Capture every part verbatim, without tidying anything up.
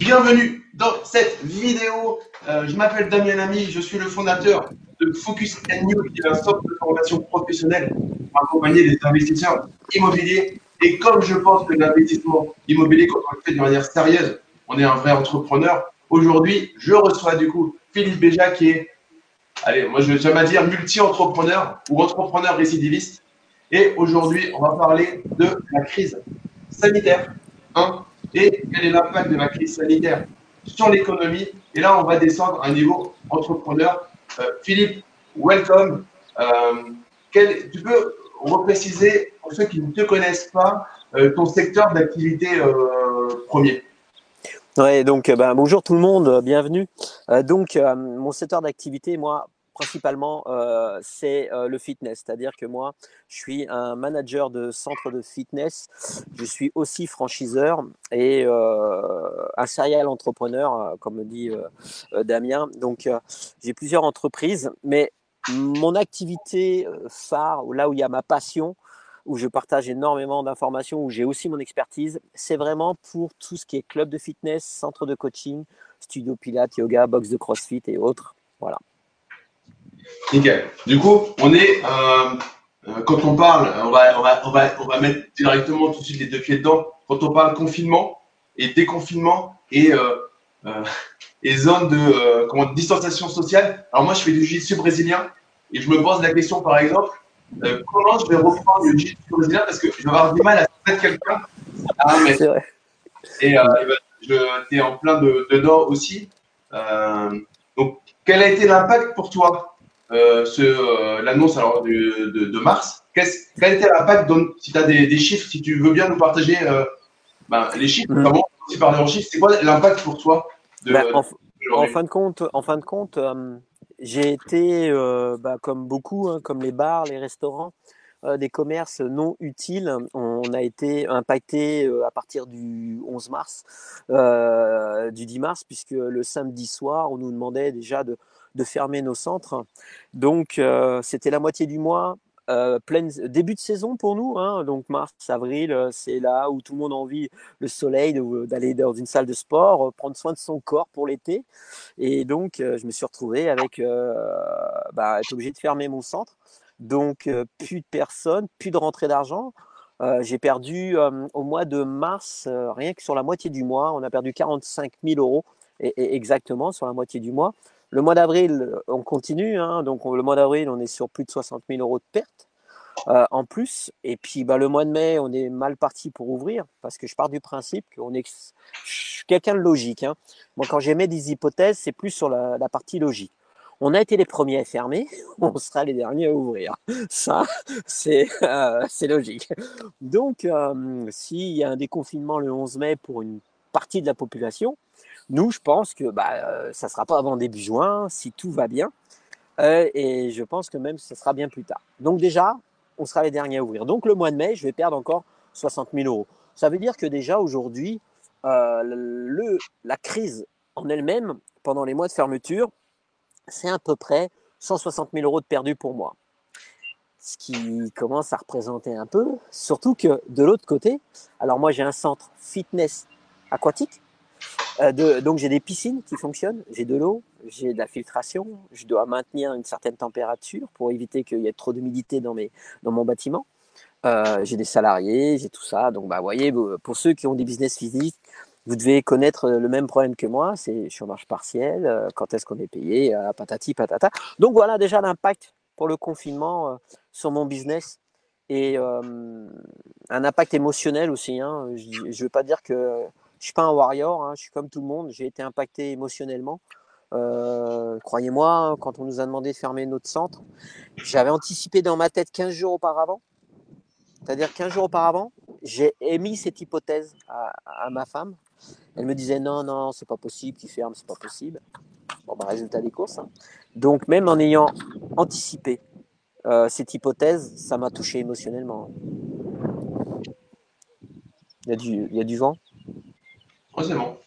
Bienvenue dans cette vidéo. Euh, je m'appelle Damien Lamy, je suis le fondateur de Focus and New, qui est un centre de formation professionnelle pour accompagner les investisseurs immobiliers. Et comme je pense que l'investissement immobilier, quand on le fait de manière sérieuse, on est un vrai entrepreneur. Aujourd'hui, je reçois du coup Philippe Béja, qui est, allez, moi je vais jamais dire multi-entrepreneur ou entrepreneur récidiviste. Et aujourd'hui, on va parler de la crise sanitaire. Hein, et quel est l'impact de la crise sanitaire sur l'économie. Et là, on va descendre à un niveau entrepreneur. Euh, Philippe, welcome. Euh, quel, tu peux repréciser, pour ceux qui ne te connaissent pas, euh, ton secteur d'activité euh, premier? Ouais, donc ben, bonjour tout le monde, bienvenue. Euh, donc euh, mon secteur d'activité, moi, principalement, euh, c'est euh, le fitness. C'est-à-dire que moi, je suis un manager de centre de fitness. Je suis aussi franchiseur et euh, un serial entrepreneur, euh, comme me dit euh, euh, Damien. Donc, euh, j'ai plusieurs entreprises, mais mon activité phare, là où il y a ma passion, où je partage énormément d'informations, où j'ai aussi mon expertise, c'est vraiment pour tout ce qui est club de fitness, centre de coaching, studio pilates, yoga, box de crossfit et autres. Voilà. Nickel. Du coup, on est, euh, quand on parle, on va, on, va, on, va, on va mettre directement tout de suite les deux pieds dedans. Quand on parle confinement et déconfinement et, euh, euh, et zone de euh, comment, distanciation sociale. Alors moi, je fais du jiu-jitsu brésilien et je me pose la question, par exemple, euh, comment je vais reprendre le jiu-jitsu brésilien parce que je vais avoir du mal à connaître quelqu'un à un mètre. C'est vrai. Et, euh, et ben, je t'es en plein de, dedans aussi. Euh, donc, quel a été l'impact pour toi euh, ce, euh, l'annonce alors de, de, de mars? Qu'est-ce, quel a été l'impact? Si tu as des, des chiffres, si tu veux bien nous partager euh, ben, les chiffres, Mmh. comment aussi parler en chiffres, c'est quoi l'impact pour toi de, Ben, en, de en fin de compte, en fin de compte euh, j'ai été, euh, bah, comme beaucoup, hein, comme les bars, les restaurants, euh, des commerces non utiles. On a été impacté euh, à partir du onze mars, euh, du dix mars, puisque le samedi soir, on nous demandait déjà de, de fermer nos centres. Donc, euh, c'était la moitié du mois. Euh, pleine, début de saison pour nous, hein, donc mars, avril, euh, c'est là où tout le monde a envie, le soleil, de, d'aller dans une salle de sport, euh, prendre soin de son corps pour l'été. Et donc, euh, je me suis retrouvé avec euh, bah, être obligé de fermer mon centre. Donc, euh, plus de personnes, plus de rentrée d'argent. Euh, j'ai perdu euh, au mois de mars, euh, rien que sur la moitié du mois, on a perdu quarante-cinq mille euros, et, et exactement sur la moitié du mois. Le mois d'avril, on continue, hein, donc on, le mois d'avril, on est sur plus de soixante mille euros de pertes euh, en plus. Et puis bah, le mois de mai, on est mal parti pour ouvrir, parce que je pars du principe qu'on est, je suis quelqu'un de logique. Hein. Moi, quand j'émets des hypothèses, c'est plus sur la, la partie logique. On a été les premiers à fermer, on sera les derniers à ouvrir. Ça, c'est euh, c'est logique. Donc, euh, s'il y a un déconfinement le onze mai pour une partie de la population, nous, je pense que bah, euh, ça ne sera pas avant début juin, si tout va bien. Euh, et je pense que même ça sera bien plus tard. Donc déjà, on sera les derniers à ouvrir. Donc le mois de mai, je vais perdre encore soixante mille euros. Ça veut dire que déjà aujourd'hui, euh, le, la crise en elle-même, pendant les mois de fermeture, c'est à peu près cent soixante mille euros de perdus pour moi. Ce qui commence à représenter un peu, surtout que de l'autre côté, alors moi j'ai un centre fitness aquatique, euh, de, donc j'ai des piscines qui fonctionnent, j'ai de l'eau, j'ai de la filtration, je dois maintenir une certaine température pour éviter qu'il y ait trop d'humidité dans, mes, dans mon bâtiment. Euh, j'ai des salariés, j'ai tout ça. Donc, bah, vous voyez, pour ceux qui ont des business physiques, vous devez connaître le même problème que moi, c'est chômage partiel, euh, quand est-ce qu'on est payé, euh, patati patata. Donc voilà déjà l'impact pour le confinement euh, sur mon business et euh, un impact émotionnel aussi. Hein. Je ne veux pas dire que je suis pas un warrior, hein, je suis comme tout le monde, j'ai été impacté émotionnellement. Euh, croyez-moi, quand on nous a demandé de fermer notre centre, j'avais anticipé dans ma tête quinze jours auparavant. C'est-à-dire quinze jours auparavant, j'ai émis cette hypothèse à, à ma femme. Elle me disait non, non, c'est pas possible, qu'il ferme, c'est pas possible. Bon, bah, résultat des courses. Hein. Donc, même en ayant anticipé euh, cette hypothèse, ça m'a touché émotionnellement. Il y a du, il y a du vent. Ouais, c'est bon.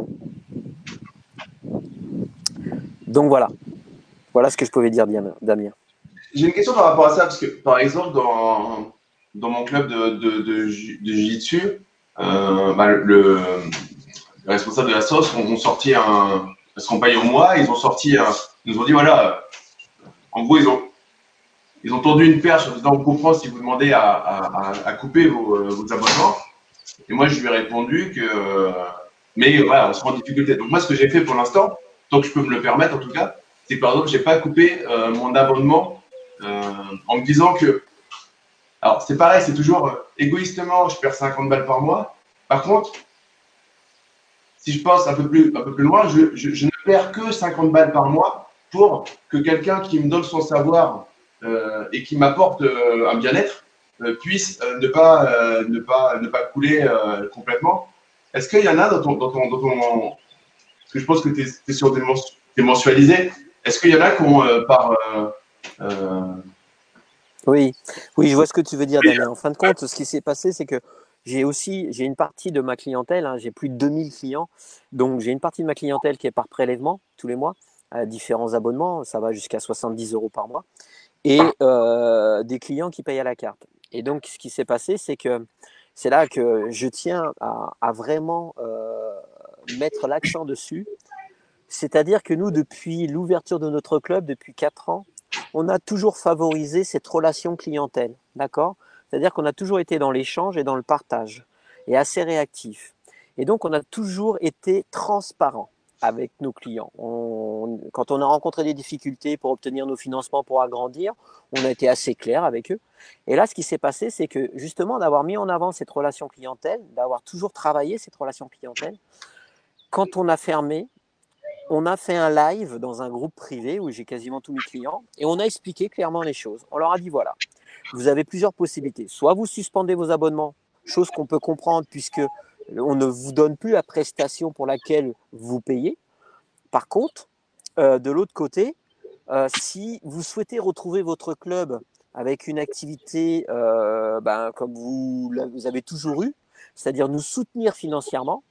Donc voilà. Voilà ce que je pouvais dire, Damien. J'ai une question par rapport à ça, parce que par exemple, dans, dans mon club de, de, de, de jiu-jitsu, euh, bah, le, les responsables de la sauce ont, ont sorti un, parce qu'on paye au mois, ils ont sorti, un, ils nous ont dit voilà, en gros ils ont, ils ont tendu une perche en disant on comprend si vous demandez à, à, à couper vos, vos abonnements. Et moi je lui ai répondu que, mais voilà, on se rend en difficulté. Donc moi ce que j'ai fait pour l'instant, tant que je peux me le permettre en tout cas, c'est que par exemple j'ai pas coupé euh, mon abonnement euh, en me disant que, alors c'est pareil, c'est toujours euh, égoïstement, je perds cinquante balles par mois. Par contre, si je pense un peu plus, un peu plus loin, je, je, je ne perds que cinquante balles par mois pour que quelqu'un qui me donne son savoir euh, et qui m'apporte euh, un bien-être euh, puisse euh, ne, pas, euh, ne, pas, ne pas couler euh, complètement. Est-ce qu'il y en a dans ton, dans ton, dans ton… Parce que je pense que tu es, sur des, des mensualisés. Est-ce qu'il y en a qui ont euh, par… Euh, euh, Oui, oui, je vois ce que tu veux dire, Damien. En fin de compte, ce qui s'est passé, c'est que j'ai aussi, j'ai une partie de ma clientèle, hein, j'ai plus de deux mille clients, donc j'ai une partie de ma clientèle qui est par prélèvement tous les mois, à différents abonnements, ça va jusqu'à soixante-dix euros par mois, et euh, des clients qui payent à la carte. Et donc, ce qui s'est passé, c'est que c'est là que je tiens à, à vraiment euh, mettre l'accent dessus. C'est-à-dire que nous, depuis l'ouverture de notre club, depuis quatre ans, on a toujours favorisé cette relation clientèle, d'accord? C'est-à-dire qu'on a toujours été dans l'échange et dans le partage, et assez réactif. Et donc, on a toujours été transparent avec nos clients. On, quand on a rencontré des difficultés pour obtenir nos financements pour agrandir, on a été assez clair avec eux. Et là, ce qui s'est passé, c'est que justement, d'avoir mis en avant cette relation clientèle, d'avoir toujours travaillé cette relation clientèle, quand on a fermé, on a fait un live dans un groupe privé où j'ai quasiment tous mes clients et on a expliqué clairement les choses. On leur a dit voilà, vous avez plusieurs possibilités. Soit vous suspendez vos abonnements, chose qu'on peut comprendre puisque on ne vous donne plus la prestation pour laquelle vous payez. Par contre, euh, de l'autre côté, euh, si vous souhaitez retrouver votre club avec une activité euh, ben, comme vous, vous avez toujours eu, c'est-à-dire nous soutenir financièrement,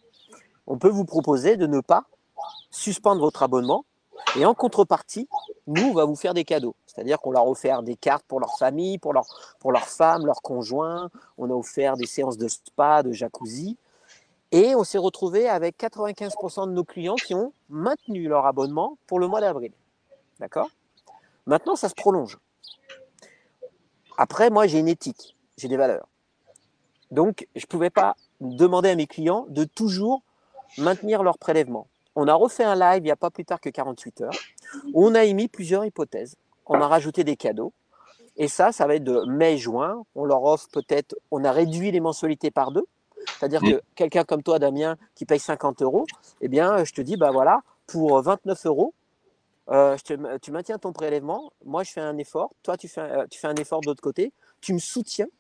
on peut vous proposer de ne pas suspendre votre abonnement et en contrepartie, nous, on va vous faire des cadeaux. C'est-à-dire qu'on leur a offert des cartes pour leur famille, pour leur, pour leur femme, leur conjoint. On a offert des séances de spa, de jacuzzi. Et on s'est retrouvé avec quatre-vingt-quinze pour cent de nos clients qui ont maintenu leur abonnement pour le mois d'avril. D'accord ? Maintenant, ça se prolonge. Après, moi, j'ai une éthique, j'ai des valeurs. Donc, je ne pouvais pas demander à mes clients de toujours maintenir leur prélèvement. On a refait un live il n'y a pas plus tard que quarante-huit heures où on a émis plusieurs hypothèses. On a rajouté des cadeaux. Et ça, ça va être de mai-juin. On leur offre peut-être, on a réduit les mensualités par deux. C'est-à-dire que quelqu'un comme toi, Damien, qui paye cinquante euros, eh bien, je te dis, bah voilà, pour vingt-neuf euros, euh, je te, tu maintiens ton prélèvement. Moi, je fais un effort. Toi, tu fais un, tu fais un effort de l'autre côté. Tu me soutiens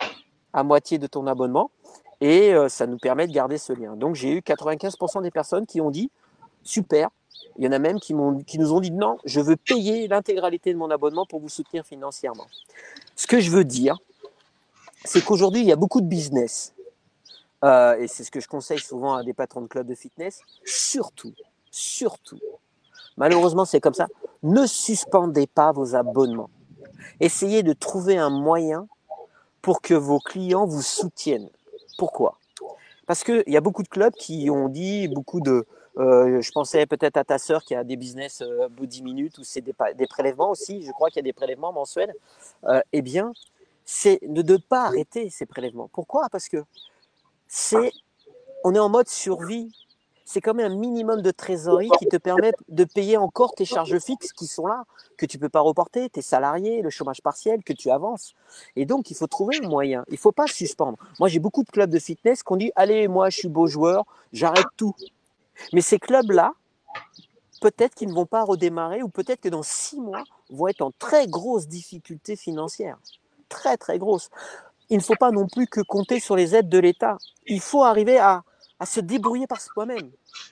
à moitié de ton abonnement. Et euh, ça nous permet de garder ce lien. Donc, j'ai eu quatre-vingt-quinze pour cent des personnes qui ont dit super. Il y en a même qui, m'ont, qui nous ont dit non, je veux payer l'intégralité de mon abonnement pour vous soutenir financièrement. Ce que je veux dire, c'est qu'aujourd'hui, il y a beaucoup de business. Euh, et c'est ce que je conseille souvent à des patrons de clubs de fitness. Surtout, surtout, malheureusement, c'est comme ça. Ne suspendez pas vos abonnements. Essayez de trouver un moyen pour que vos clients vous soutiennent. Pourquoi ? Parce qu'il y a beaucoup de clubs qui ont dit, beaucoup de… Euh, je pensais peut-être à ta sœur qui a des business euh, Body Minute où c'est des, des prélèvements aussi, je crois qu'il y a des prélèvements mensuels. Euh, eh bien, c'est de ne pas arrêter ces prélèvements. Pourquoi ? Parce que c'est, on est en mode survie. C'est quand même un minimum de trésorerie qui te permet de payer encore tes charges fixes qui sont là, que tu ne peux pas reporter, tes salariés, le chômage partiel, que tu avances. Et donc, il faut trouver un moyen. Il ne faut pas suspendre. Moi, j'ai beaucoup de clubs de fitness qui ont dit « Allez, moi, je suis beau joueur, j'arrête tout ». Mais ces clubs-là, peut-être qu'ils ne vont pas redémarrer ou peut-être que dans six mois, vont être en très grosse difficulté financière. Très, très grosse. Il ne faut pas non plus que compter sur les aides de l'État. Il faut arriver à, à se débrouiller par soi-même.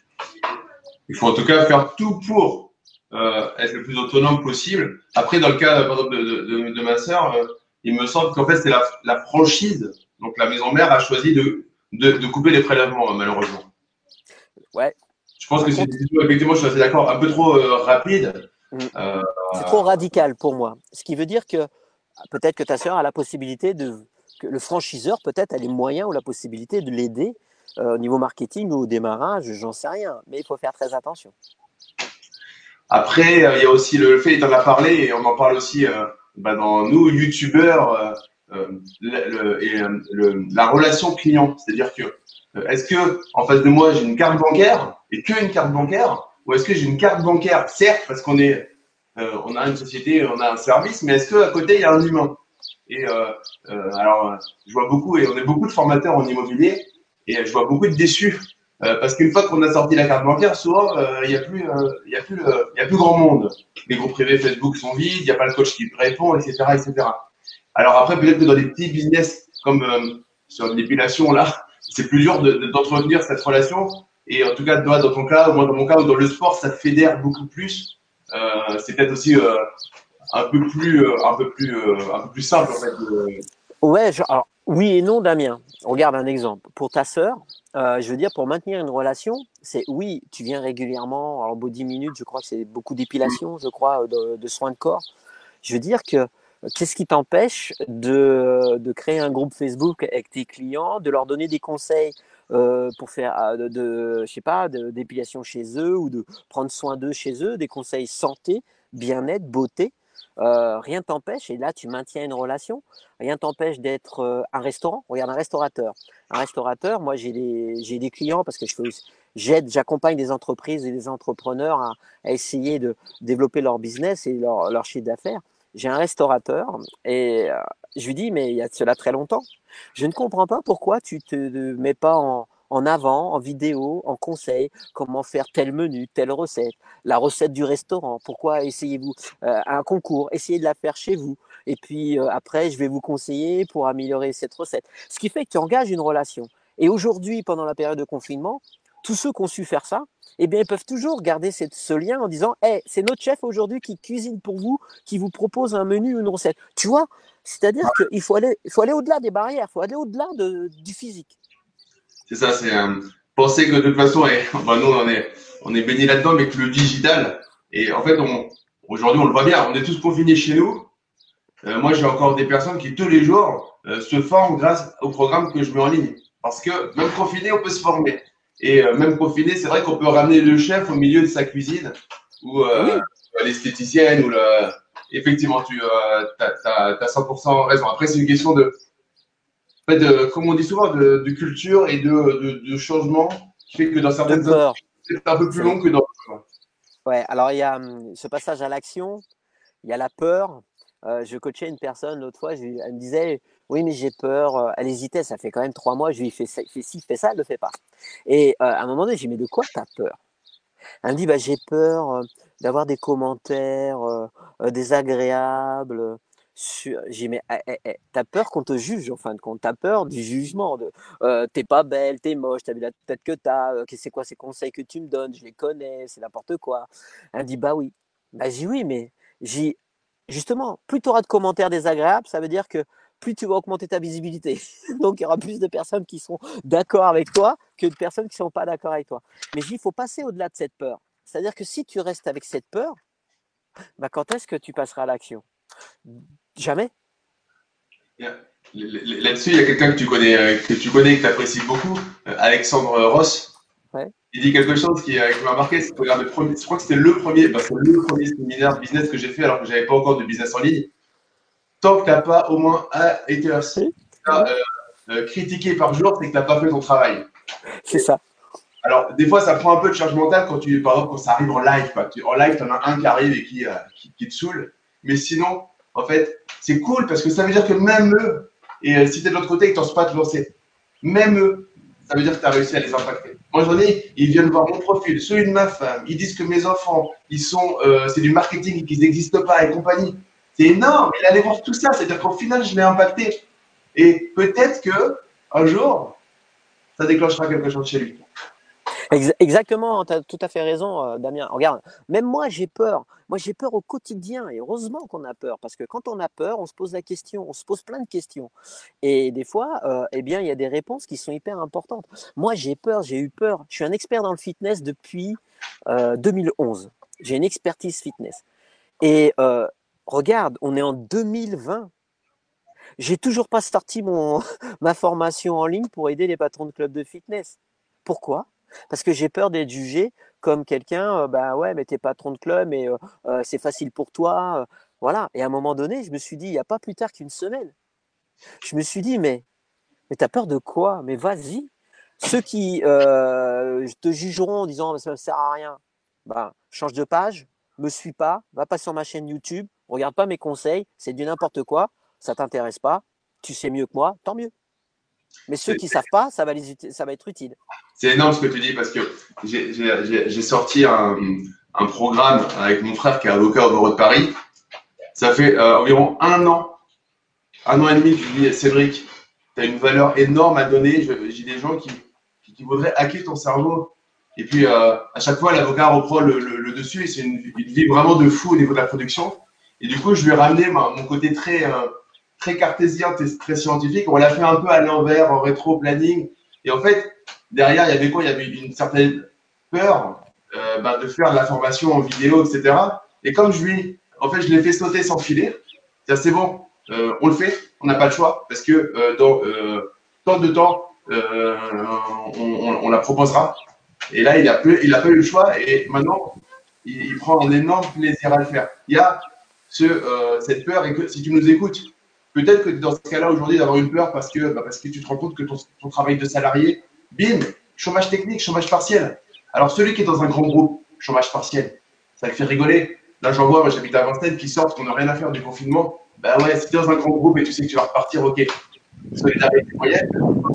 Il faut en tout cas faire tout pour euh, être le plus autonome possible. Après, dans le cas par exemple, de, de, de ma sœur, euh, il me semble qu'en fait, c'est la, la franchise. Donc, la maison mère a choisi de, de, de couper les prélèvements, malheureusement. Ouais. Je pense que c'est effectivement, je suis assez d'accord, un peu trop euh, rapide. Mmh. Euh, c'est trop radical pour moi. Ce qui veut dire que peut-être que ta sœur a la possibilité de, que le franchiseur peut-être a les moyens ou la possibilité de l'aider Euh, au niveau marketing ou au démarrage, j'en sais rien, mais il faut faire très attention. Après, euh, il y a aussi le fait, tu en as parlé, et on en parle aussi euh, bah, dans nous, youtubeurs, euh, euh, le, le- et, euh, le- la relation client. C'est-à-dire que, euh, est-ce que en face de moi, j'ai une carte bancaire et que une carte bancaire, ou est-ce que j'ai une carte bancaire, certes, parce qu'on est, euh, on a une société, on a un service, mais est-ce qu'à côté, il y a un humain? Et euh, euh, alors, euh, je vois beaucoup, et on est beaucoup de formateurs en immobilier, et euh, je vois beaucoup de déçus. Euh, parce qu'une fois qu'on a sorti la carte bancaire, souvent, euh, il n'y a, plus, euh, il y a, plus, euh, il y a plus grand monde. Les groupes privés Facebook sont vides, il n'y a pas le coach qui répond, et cetera, et cetera. Alors après, peut-être que dans des petits business comme euh, sur l'épilation, là, c'est plus dur de, de, d'entretenir cette relation. Et en tout cas, toi, dans ton cas, ou moi dans mon cas, ou dans le sport, ça fédère beaucoup plus. Euh, c'est peut-être aussi euh, un peu plus, euh, un peu plus, euh, un peu plus simple en fait. De... Ouais, je- alors, oui et non, Damien. Regarde un exemple. Pour ta sœur, euh, je veux dire, pour maintenir une relation, c'est oui, tu viens régulièrement, alors au bout de dix minutes, je crois que c'est beaucoup d'épilation, je crois, de, de soins de corps. Je veux dire que qu'est-ce qui t'empêche de, de créer un groupe Facebook avec tes clients, de leur donner des conseils euh, pour faire euh, de, de, je sais pas, de- d'épilation chez eux ou de prendre soin d'eux chez eux, des conseils santé, bien-être, beauté. Euh, rien t'empêche, et là tu maintiens une relation, rien t'empêche d'être euh, un restaurant. Regarde, un restaurateur. Un restaurateur, moi j'ai des, j'ai des clients parce que je fais aussi- j'aide, j'accompagne des entreprises et des entrepreneurs à, à essayer de développer leur business et leur, leur chiffre d'affaires. J'ai un restaurateur et euh, je lui dis, mais il y a de cela très longtemps, je ne comprends pas pourquoi tu te mets pas en, en avant, en vidéo, en conseil, comment faire tel menu, telle recette, la recette du restaurant. Pourquoi essayez-vous euh, un concours, essayez de la faire chez vous. Et puis euh, après, je vais vous conseiller pour améliorer cette recette. Ce qui fait que tu engages une relation. Et aujourd'hui, pendant la période de confinement, tous ceux qui ont su faire ça, eh bien, ils peuvent toujours garder cette, ce lien en disant hey, c'est notre chef aujourd'hui qui cuisine pour vous, qui vous propose un menu ou une recette. Tu vois, c'est-à-dire qu'il faut aller, il faut aller au-delà des barrières, il faut aller au-delà de, du physique. C'est ça, c'est euh, penser que de toute façon, et, bah, nous on est, on est baigné là-dedans, mais que le digital, et en fait, on, aujourd'hui on le voit bien, on est tous confinés chez nous. Euh, moi, j'ai encore des personnes qui tous les jours euh, se forment grâce au programme que je mets en ligne. Parce que même confiné, on peut se former. Et euh, même confiné, c'est vrai qu'on peut ramener le chef au milieu de sa cuisine ou euh, Oui, l'esthéticienne ou le. Effectivement, tu euh, as, cent pour cent raison. Après, c'est une question de, en fait, de, comme on dit souvent, de, de culture et de, de, de changement qui fait que dans de certaines zones, peur. c'est un peu plus C'est, long que dans d'autres. ouais, alors il y a hum, ce passage à l'action, il y a la peur. Euh, je coachais une personne l'autre fois, je lui- elle me disait oui, mais j'ai peur. Euh, Elle hésitait, ça fait quand même trois mois. Je lui ai fait, ça- fait ci, fais ça, elle ne le fait pas. Et euh, à un moment donné, j'ai dit mais de quoi tu as peur? Elle me dit bah, j'ai peur euh, d'avoir des commentaires euh, euh, désagréables. Sur... J'ai dit mais eh, eh, eh, t'as peur qu'on te juge en fin de compte, t'as peur du jugement. De, euh, t'es pas belle, t'es moche, t'as vu la tête que t'as, euh, c'est quoi ces conseils que tu me donnes, je les connais, c'est n'importe quoi. Elle me dit bah oui. Bah j'ai dit oui, mais j'ai justement, plus tu auras de commentaires désagréables, ça veut dire que plus tu vas augmenter ta visibilité. Donc il y aura plus de personnes qui seront d'accord avec toi que de personnes qui ne sont pas d'accord avec toi. Mais il faut passer au-delà de cette peur. C'est-à-dire que si tu restes avec cette peur, bah, quand est-ce que tu passeras à l'action? Jamais. Là-dessus, il y a quelqu'un que tu connais, euh, que tu connais et que tu apprécies beaucoup, euh, Alexandre Ross. Ouais. Il dit quelque chose qui, euh, qui m'a marqué. C'est que, regarde, le premier, je crois que c'était le premier, bah, c'est le premier séminaire business que j'ai fait alors que j'avais pas encore de business en ligne. Tant que tu n'as pas au moins un haters, Oui. euh, euh, critiqué par jour, c'est que tu n'as pas fait ton travail. C'est ça. Alors, des fois, ça prend un peu de charge mentale quand tu, par exemple, quand ça arrive en live. Quoi. Tu, en live, tu en as un qui arrive et qui, euh, qui, qui te saoule. Mais sinon, en fait, c'est cool parce que ça veut dire que même eux, et euh, si tu es de l'autre côté et que tu n'oses pas te lancer, même eux, ça veut dire que tu as réussi à les impacter. Moi, j'en ai, ils viennent voir mon profil, celui de ma femme, ils disent que mes enfants, ils sont, euh, c'est du marketing et qu'ils n'existent pas et compagnie. C'est énorme. Il allait voir tout ça, c'est-à-dire qu'au final, je l'ai impacté. Et peut-être que un jour, ça déclenchera quelque chose chez lui. Ex- Exactement, tu as tout à fait raison, euh, Damien. Regarde, même moi, j'ai peur. Moi, j'ai peur au quotidien. Et heureusement qu'on a peur. Parce que quand on a peur, on se pose la question, on se pose plein de questions. Et des fois, euh, eh bien, il y a des réponses qui sont hyper importantes. Moi, j'ai peur, j'ai eu peur. Je suis un expert dans le fitness depuis euh, deux mille onze. J'ai une expertise fitness. Et euh, regarde, on est en deux mille vingt. J'ai toujours pas sorti mon, ma formation en ligne pour aider les patrons de clubs de fitness. Pourquoi? Parce que j'ai peur d'être jugé comme quelqu'un, euh, bah ouais, mais t'es patron de club et euh, euh, c'est facile pour toi. euh, voilà. Et à un moment donné, je me suis dit, il n'y a pas plus tard qu'une semaine, je me suis dit, mais, mais t'as peur de quoi? Mais vas-y. Ceux qui euh, te jugeront en disant, ça ne sert à rien, bah, change de page, me suis pas, va pas sur ma chaîne YouTube, regarde pas mes conseils, c'est du n'importe quoi, ça t'intéresse pas, tu sais mieux que moi, tant mieux. Mais ceux C'est qui savent pas, ça va, les, ça va être utile. c'est énorme ce que tu dis parce que j'ai j'ai- j'ai- j'ai sorti un, un programme avec mon frère qui est avocat au barreau de Paris. Ça fait euh, environ un an, un an et demi que je dis, Cédric, tu as une valeur énorme à donner. Je- J'ai des gens qui, qui, qui voudraient hacker ton cerveau. Et puis, euh, à chaque fois, l'avocat reprend le, le, le dessus et c'est une, une vie vraiment de fou au niveau de la production. Et du coup, je lui ai ramené ma- mon côté très, euh, très cartésien, très, très scientifique. On l'a fait un peu à l'envers, en rétro-planning. Et en fait, derrière, il y avait quoi? Il y avait une certaine peur euh, bah, de faire de la formation en vidéo, et cetera. Et comme je lui, en fait, je l'ai fait sauter sans filer. C'est bon, euh, on le fait, on n'a pas le choix parce que euh, dans euh, tant de temps, euh, on, on, on la proposera. Et là, il a, peu, il a pas eu le choix et maintenant, il, il prend un énorme plaisir à le faire. Il y a ce, euh, cette peur et que si tu nous écoutes, peut-être que dans ce cas-là aujourd'hui d'avoir une peur parce que, bah, parce que tu te rends compte que ton, ton travail de salarié, bim, chômage technique, chômage partiel. Alors celui qui est dans un grand groupe, chômage partiel, ça le fait rigoler. Là, j'en vois, moi j'habite à Vincennes, qui sortent, qu'on n'a rien à faire du confinement. Ben ouais, si tu es dans un grand groupe et tu sais que tu vas repartir, ok. Solidarité moyenne.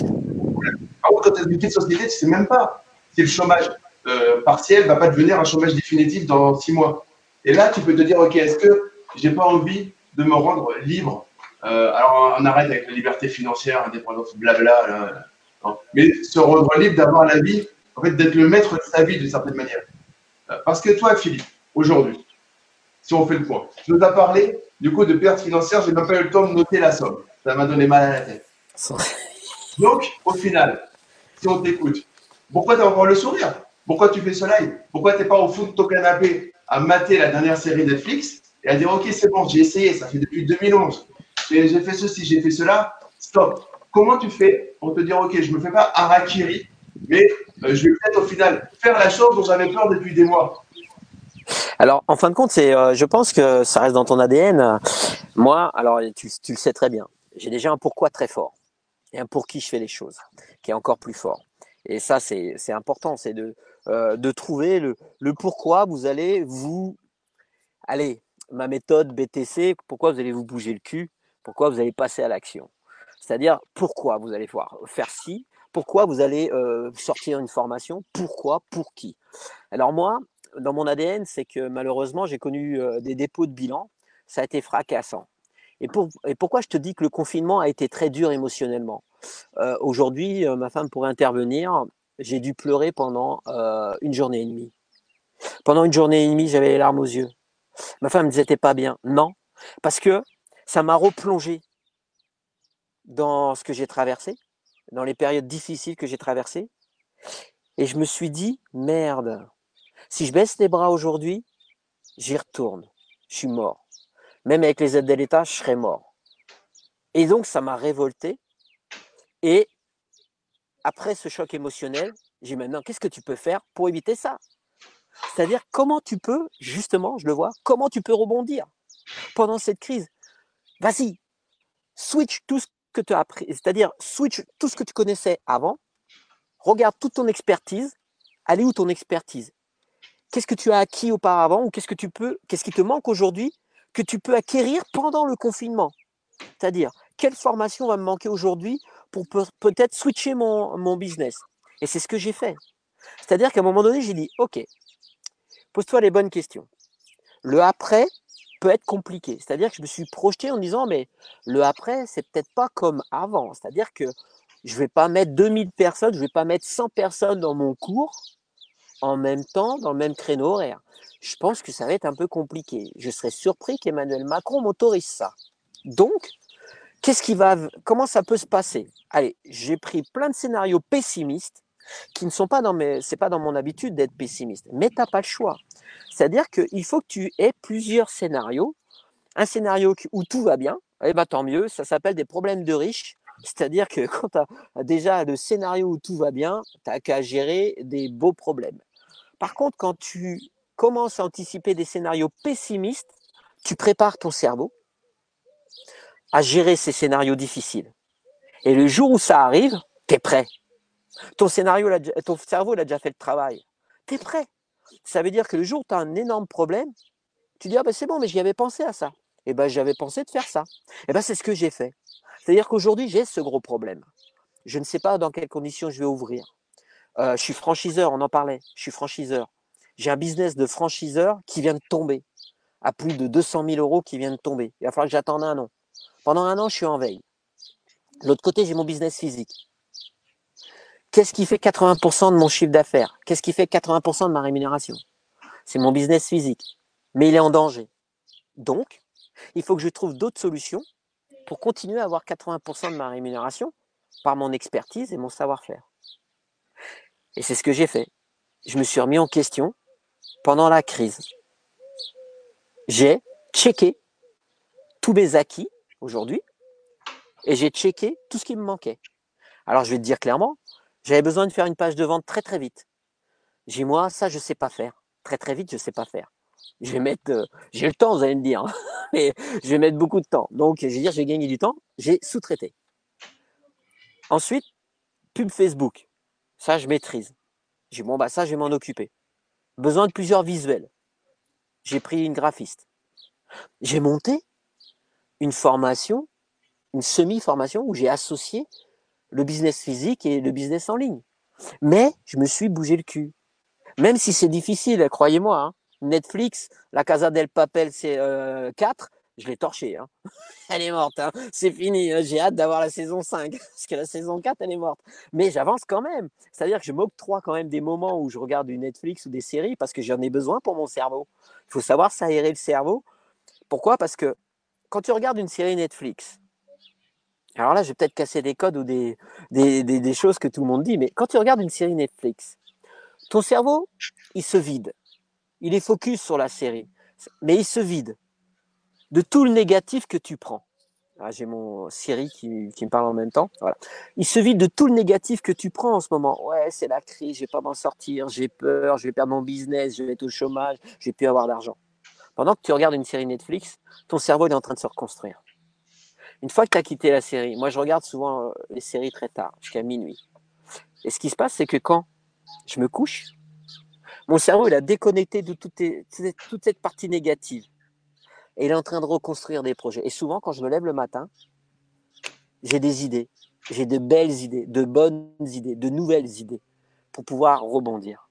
Par contre, quand tu es dans une petite société, tu sais même pas si le chômage euh, partiel va pas devenir un chômage définitif dans six mois. Et là, tu peux te dire, ok, est-ce que j'ai pas envie de me rendre libre euh, Alors, on arrête avec la liberté financière, indépendance, blabla. Là, non. Mais se rendre libre d'avoir la vie, en fait, d'être le maître de sa vie d'une certaine manière. Euh, Parce que toi, Philippe, aujourd'hui, si on fait le point, tu nous as parlé du coup de pertes financières, j'ai même pas eu le temps de noter la somme. Ça m'a donné mal à la tête. Donc, au final, si on t'écoute, pourquoi tu as encore le sourire? Pourquoi tu fais ce live? Pourquoi tu n'es pas au fond de ton canapé à mater la dernière série Netflix et à dire ok, c'est bon, j'ai essayé, ça fait depuis deux mille onze, j'ai fait ceci, j'ai fait cela, stop. Comment tu fais pour te dire ok, je ne me fais pas harakiri, mais euh, je vais peut-être au final faire la chose dont j'avais peur depuis des mois? Alors, en fin de compte, c'est, euh, je pense que ça reste dans ton A D N. Moi, alors, tu, tu le sais très bien, j'ai déjà un pourquoi très fort et un pour qui je fais les choses qui est encore plus fort. Et ça, c'est, c'est important, c'est de, euh, de trouver le, le pourquoi vous allez vous… Allez, ma méthode B T C, pourquoi vous allez vous bouger le cul, pourquoi vous allez passer à l'action. C'est-à-dire, pourquoi vous allez voir faire ci, pourquoi vous allez euh, sortir une formation, pourquoi, pour qui. Alors moi, dans mon A D N, c'est que malheureusement, j'ai connu euh, des dépôts de bilan. Ça a été fracassant. Et, pour, et pourquoi je te dis que le confinement a été très dur émotionnellement? euh, Aujourd'hui, euh, ma femme pourrait intervenir. J'ai dû pleurer pendant euh, une journée et demie. Pendant une journée et demie, j'avais les larmes aux yeux. Ma femme me disait, t'es pas bien. Non, parce que ça m'a replongé dans ce que j'ai traversé, dans les périodes difficiles que j'ai traversées. Et je me suis dit, merde, si je baisse les bras aujourd'hui, j'y retourne. Je suis mort. Même avec les aides de l'État, je serais mort. Et donc, ça m'a révolté. Et après ce choc émotionnel, j'ai dit maintenant, qu'est-ce que tu peux faire pour éviter ça? C'est-à-dire, comment tu peux, justement, je le vois, comment tu peux rebondir pendant cette crise? Vas-y, switch tout ce que tu as appris, c'est-à-dire switch tout ce que tu connaissais avant, regarde toute ton expertise, elle est où ton expertise? Qu'est-ce que tu as acquis auparavant ou qu'est-ce que tu peux, qu'est-ce qui te manque aujourd'hui que tu peux acquérir pendant le confinement? C'est-à-dire, quelle formation va me manquer aujourd'hui pour peut-être switcher mon, mon business? Et c'est ce que j'ai fait. C'est-à-dire qu'à un moment donné, j'ai dit, OK, pose-toi les bonnes questions. Le après peut être compliqué. C'est-à-dire que je me suis projeté en disant, mais le après, c'est peut-être pas comme avant. C'est-à-dire que je ne vais pas mettre deux mille personnes, je ne vais pas mettre cent personnes dans mon cours en même temps, dans le même créneau horaire. Je pense que ça va être un peu compliqué. Je serais surpris qu'Emmanuel Macron m'autorise ça. Donc, qu'est-ce qui va, comment ça peut se passer? Allez, j'ai pris plein de scénarios pessimistes qui ne sont pas dans mes, c'est pas dans mon habitude d'être pessimiste, mais tu n'as pas le choix. C'est-à-dire qu'il faut que tu aies plusieurs scénarios. Un scénario où tout va bien, eh ben, tant mieux, ça s'appelle des problèmes de riches. C'est-à-dire que quand tu as déjà le scénario où tout va bien, tu n'as qu'à gérer des beaux problèmes. Par contre, quand tu commences à anticiper des scénarios pessimistes, tu prépares ton cerveau à gérer ces scénarios difficiles. Et le jour où ça arrive, tu es prêt. Ton, scénario, ton cerveau l'a déjà fait le travail. Tu es prêt. Ça veut dire que le jour où tu as un énorme problème, tu dis, ah ben c'est bon, mais j'y avais pensé à ça. Et ben j'avais pensé de faire ça. Et ben c'est ce que j'ai fait. C'est-à-dire qu'aujourd'hui, j'ai ce gros problème. Je ne sais pas dans quelles conditions je vais ouvrir. Euh, je suis franchiseur, on en parlait. Je suis franchiseur. J'ai un business de franchiseur qui vient de tomber, à plus de deux cent mille euros qui vient de tomber. Il va falloir que j'attende un an. Pendant un an, je suis en veille. De l'autre côté, j'ai mon business physique. Qu'est-ce qui fait quatre-vingts pour cent de mon chiffre d'affaires? Qu'est-ce qui fait quatre-vingts pour cent de ma rémunération? C'est mon business physique. Mais il est en danger. Donc, il faut que je trouve d'autres solutions pour continuer à avoir quatre-vingts pour cent de ma rémunération par mon expertise et mon savoir-faire. Et c'est ce que j'ai fait. Je me suis remis en question pendant la crise. J'ai checké tous mes acquis aujourd'hui et j'ai checké tout ce qui me manquait. Alors, je vais te dire clairement, j'avais besoin de faire une page de vente très, très vite. J'ai dit, moi, ça, je ne sais pas faire. Très, très vite, je ne sais pas faire. Je vais mettre, euh, j'ai le temps, vous allez me dire, hein, mais je vais mettre beaucoup de temps. Donc, je vais dire, j'ai gagné du temps, j'ai sous-traité. Ensuite, pub Facebook. Ça, je maîtrise. J'ai dit, bon, bah, ça, je vais m'en occuper. Besoin de plusieurs visuels. J'ai pris une graphiste. J'ai monté une formation, une semi-formation où j'ai associé le business physique et le business en ligne. Mais je me suis bougé le cul. Même si c'est difficile, croyez-moi. Hein. Netflix, la Casa del Papel c'est, euh, quatre, je l'ai torché. Hein. Elle est morte. Hein. C'est fini. Hein. J'ai hâte d'avoir la saison cinq. Parce que la saison quatre, elle est morte. Mais j'avance quand même. C'est-à-dire que je m'octroie quand même des moments où je regarde du Netflix ou des séries parce que j'en ai besoin pour mon cerveau. Il faut savoir s'aérer le cerveau. Pourquoi? Parce que quand tu regardes une série Netflix, alors là, je vais peut-être casser des codes ou des, des, des, des choses que tout le monde dit, mais quand tu regardes une série Netflix, ton cerveau, il se vide. Il est focus sur la série, mais il se vide de tout le négatif que tu prends. Ah, j'ai mon Siri qui, qui me parle en même temps. Voilà. Il se vide de tout le négatif que tu prends en ce moment. Ouais, c'est la crise, je vais pas m'en sortir, j'ai peur, je vais perdre mon business, je vais être au chômage, je vais plus avoir d'argent. Pendant que tu regardes une série Netflix, ton cerveau il est en train de se reconstruire. Une fois que tu as quitté la série, moi je regarde souvent les séries très tard, jusqu'à minuit. Et ce qui se passe, c'est que quand je me couche, mon cerveau il a déconnecté de toute, toute cette partie négative. Et il est en train de reconstruire des projets. Et souvent, quand je me lève le matin, j'ai des idées. J'ai de belles idées, de bonnes idées, de nouvelles idées pour pouvoir rebondir.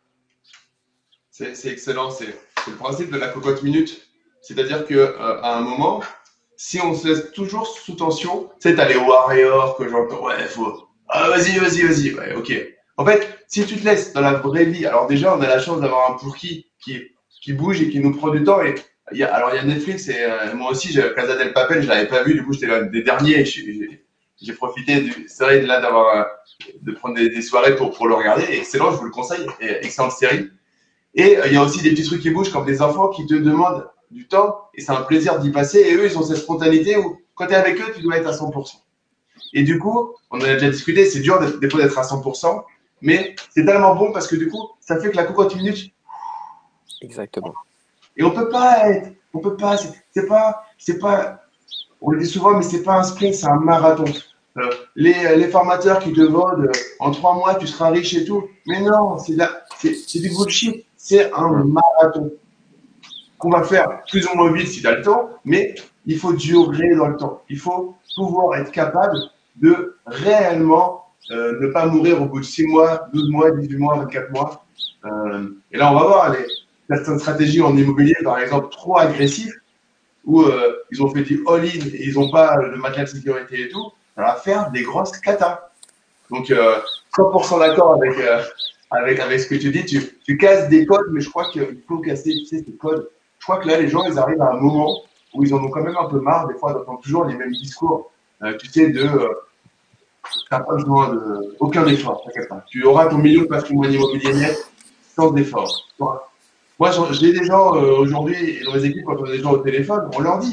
C'est, c'est excellent. C'est, c'est le principe de la cocotte minute. C'est-à-dire qu'à euh, un moment, si on se laisse toujours sous tension, tu sais, t'as les warriors que j'entends. Ouais, faut. Ah, vas-y, vas-y, vas-y. Ouais, ok. En fait, si tu te laisses dans la vraie vie, alors déjà, on a la chance d'avoir un Pourki qui, qui bouge et qui nous prend du temps. Et il y a, alors, il y a Netflix et euh, moi aussi, j'ai Casa del Papel, je l'avais pas vu. Du coup, j'étais l'un des derniers. J'ai, j'ai profité du, c'est vrai, de là d'avoir, euh, de prendre des, des soirées pour, pour le regarder. Et excellent, je vous le conseille. Et, excellente série. Et euh, il y a aussi des petits trucs qui bougent comme des enfants qui te demandent du temps et c'est un plaisir d'y passer. Et eux, ils ont cette spontanéité où quand tu es avec eux, tu dois être à cent pour cent. Et du coup, on en a déjà discuté, c'est dur des fois d'être à cent pour cent, mais c'est tellement bon parce que du coup, ça fait que la cocotte minute. Exactement. Et on peut pas être, on peut pas, c'est, c'est pas, c'est pas, on le dit souvent, mais c'est pas un sprint, c'est un marathon. Euh, les, les formateurs qui te vendent euh, en trois mois, tu seras riche et tout. Mais non, c'est, la, c'est, c'est du bullshit. C'est un marathon qu'on va faire plus ou moins vite si tu as le temps, mais il faut durer dans le temps. Il faut pouvoir être capable de réellement euh, ne pas mourir au bout de six mois, douze mois, dix-huit mois, vingt-quatre mois. Euh, et là, on va voir les, certaines stratégies en immobilier, par exemple, trop agressives, où euh, ils ont fait du all-in et ils n'ont pas de matelas de sécurité et tout. Ça va faire des grosses catas. Donc, euh, cent pour cent d'accord avec, euh, avec, avec ce que tu dis. Tu, tu casses des codes, mais je crois qu'il faut casser tu sais, ces codes. Je crois que là, les gens, ils arrivent à un moment où ils en ont quand même un peu marre, des fois, d'entendre toujours les mêmes discours. Euh, tu sais, de euh, tu n'as pas besoin de aucun effort, t'inquiète pas. Tu auras ton million de patrimoine immobilier net sans effort. Moi, j'ai des gens euh, aujourd'hui, dans les équipes, quand on a des gens au téléphone, on leur dit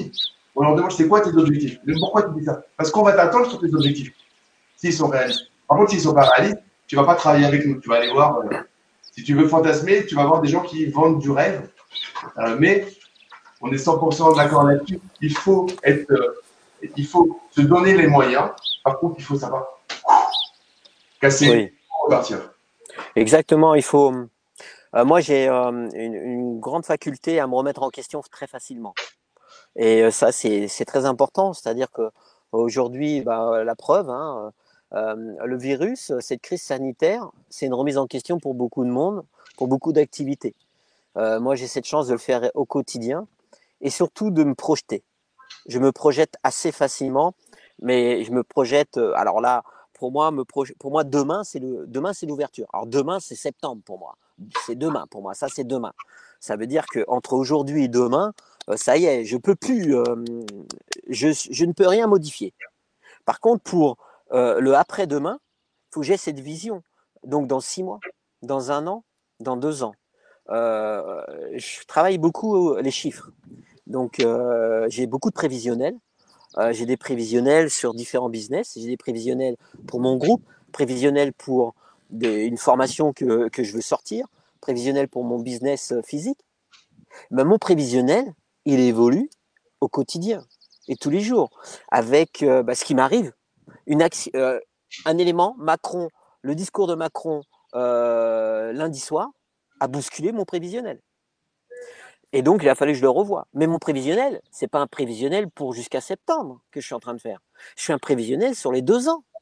On leur demande c'est quoi tes objectifs. Mais pourquoi tu dis ça? Parce qu'on va t'attendre sur tes objectifs, s'ils sont réalistes. Par contre, s'ils ne sont pas réalistes, tu ne vas pas travailler avec nous. Tu vas aller voir, euh, si tu veux fantasmer, tu vas voir des gens qui vendent du rêve. Euh, mais on est cent pour cent d'accord là-dessus. Il faut être, euh, il faut se donner les moyens. Par contre, il faut savoir casser Oui, pour repartir. exactement. Il faut. Euh, moi, j'ai euh, une, une grande faculté à me remettre en question très facilement. Et euh, ça, c'est c'est très important. C'est-à-dire que aujourd'hui, bah, la preuve, hein, euh, le virus, cette crise sanitaire, c'est une remise en question pour beaucoup de monde, pour beaucoup d'activités. Euh, moi, j'ai cette chance de le faire au quotidien et surtout de me projeter. Je me projette assez facilement, mais je me projette. euh, Alors là, pour moi, me proje- pour moi, demain, c'est le demain, c'est l'ouverture. Alors demain, c'est septembre pour moi. C'est demain pour moi. Ça, c'est demain. Ça veut dire que entre aujourd'hui et demain, euh, ça y est, je peux plus. euh, je, je ne peux rien modifier. Par contre, pour euh, le après-demain, il faut que j'ai cette vision. Donc dans six mois, dans un an, dans deux ans. Euh, je travaille beaucoup les chiffres. Donc euh, j'ai beaucoup de prévisionnels. Euh, j'ai des prévisionnels sur différents business. J'ai des prévisionnels pour mon groupe, prévisionnels pour des, une formation que, que je veux sortir, prévisionnel pour mon business physique. Ben, mon prévisionnel, il évolue au quotidien et tous les jours avec euh, ben, ce qui m'arrive. Une action, euh, un élément, Macron, le discours de Macron euh, lundi soir a bousculé mon prévisionnel. Et donc, il a fallu que je le revoie. Mais mon prévisionnel, c'est pas un prévisionnel pour jusqu'à septembre que je suis en train de faire. Je suis un prévisionnel sur les deux ans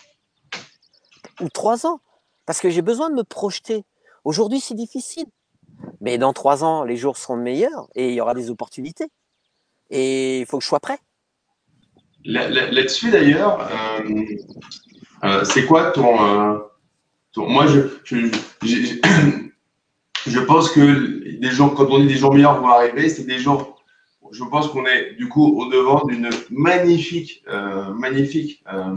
ou trois ans. Parce que j'ai besoin de me projeter. Aujourd'hui, c'est difficile. Mais dans trois ans, les jours seront meilleurs et il y aura des opportunités. Et il faut que je sois prêt. Là- là- Là-dessus, d'ailleurs, euh, euh, c'est quoi ton, euh, ton- Moi, je, je, je, je pense que des jours, quand on dit des jours meilleurs vont arriver, c'est des jours. Je pense qu'on est du coup au devant d'une magnifique, euh, magnifique euh,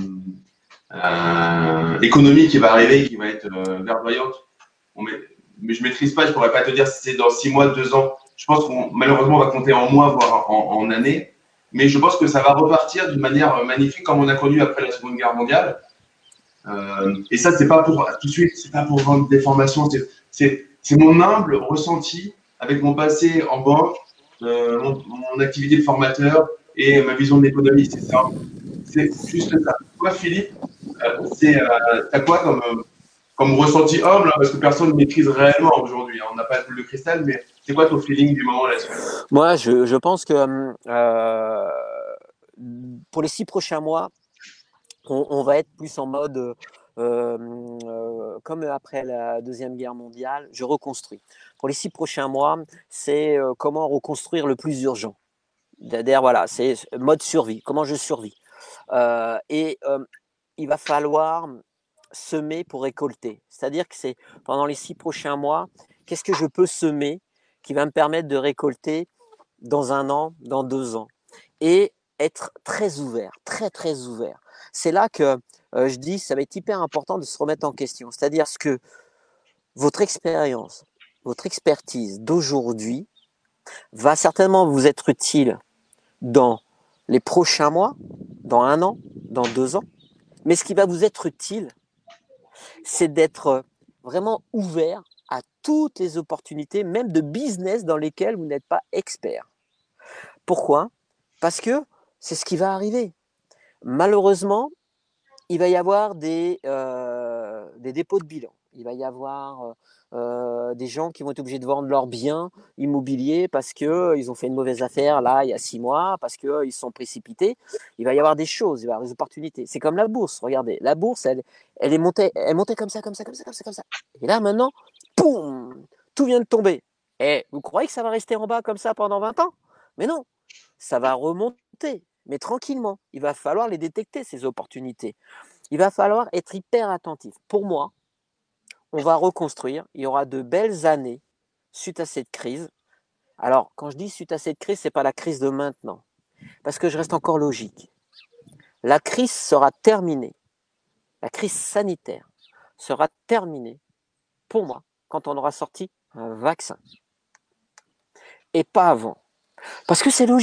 euh, économie qui va arriver, qui va être euh, verdoyante. On met- mais je maîtrise pas, je pourrais pas te dire si c'est dans six mois, deux ans. Je pense qu'on malheureusement on va compter en mois, voire en, en années. Mais je pense que ça va repartir d'une manière magnifique comme on a connu après la Seconde Guerre mondiale. Euh, et ça, c'est pas pour tout de suite, c'est pas pour vendre des formations, c'est, c'est, c'est mon humble ressenti avec mon passé en banque, euh, mon, mon activité de formateur et ma vision de l'économie. C'est ça, c'est juste ça. Toi, Philippe, euh, c'est, euh, t'as quoi comme, euh, comme ressenti humble, hein, parce que personne ne maîtrise réellement aujourd'hui. Hein, on n'a pas de boule de cristal, mais c'est quoi ton feeling du moment là-dessus? Moi, je, je pense que euh, pour les six prochains mois, on, on va être plus en mode euh, euh, comme après la Deuxième Guerre mondiale, je reconstruis. Pour les six prochains mois, c'est euh, comment reconstruire le plus urgent. C'est-à-dire, voilà, c'est mode survie, comment je survis. Euh, et euh, il va falloir semer pour récolter. C'est-à-dire que c'est pendant les six prochains mois, qu'est-ce que je peux semer qui va me permettre de récolter dans un an, dans deux ans. Et être très ouvert, très très ouvert. C'est là que euh, je dis, ça va être hyper important de se remettre en question. C'est-à-dire ce que votre expérience, votre expertise d'aujourd'hui va certainement vous être utile dans les prochains mois, dans un an, dans deux ans. Mais ce qui va vous être utile, c'est d'être vraiment ouvert à toutes les opportunités, même de business dans lesquelles vous n'êtes pas expert. Pourquoi? Parce que c'est ce qui va arriver. Malheureusement, il va y avoir des, euh, des dépôts de bilan. Il va y avoir euh, des gens qui vont être obligés de vendre leurs biens immobiliers parce qu'ils ont fait une mauvaise affaire là, il y a six mois, parce qu'ils se sont précipités. Il va y avoir des choses, il va y avoir des opportunités. C'est comme la bourse. Regardez, la bourse, elle, elle est montée, elle montait comme ça, comme ça, comme ça, comme ça, comme ça. Et là, maintenant, boum, tout vient de tomber. Et vous croyez que ça va rester en bas comme ça pendant vingt ans? Mais non, ça va remonter, mais tranquillement. Il va falloir les détecter, ces opportunités. Il va falloir être hyper attentif. Pour moi, on va reconstruire. Il y aura de belles années suite à cette crise. Alors, quand je dis suite à cette crise, ce n'est pas la crise de maintenant, parce que je reste encore logique. La crise sera terminée. La crise sanitaire sera terminée, pour moi, quand on aura sorti un vaccin. Et pas avant. Parce que c'est logique.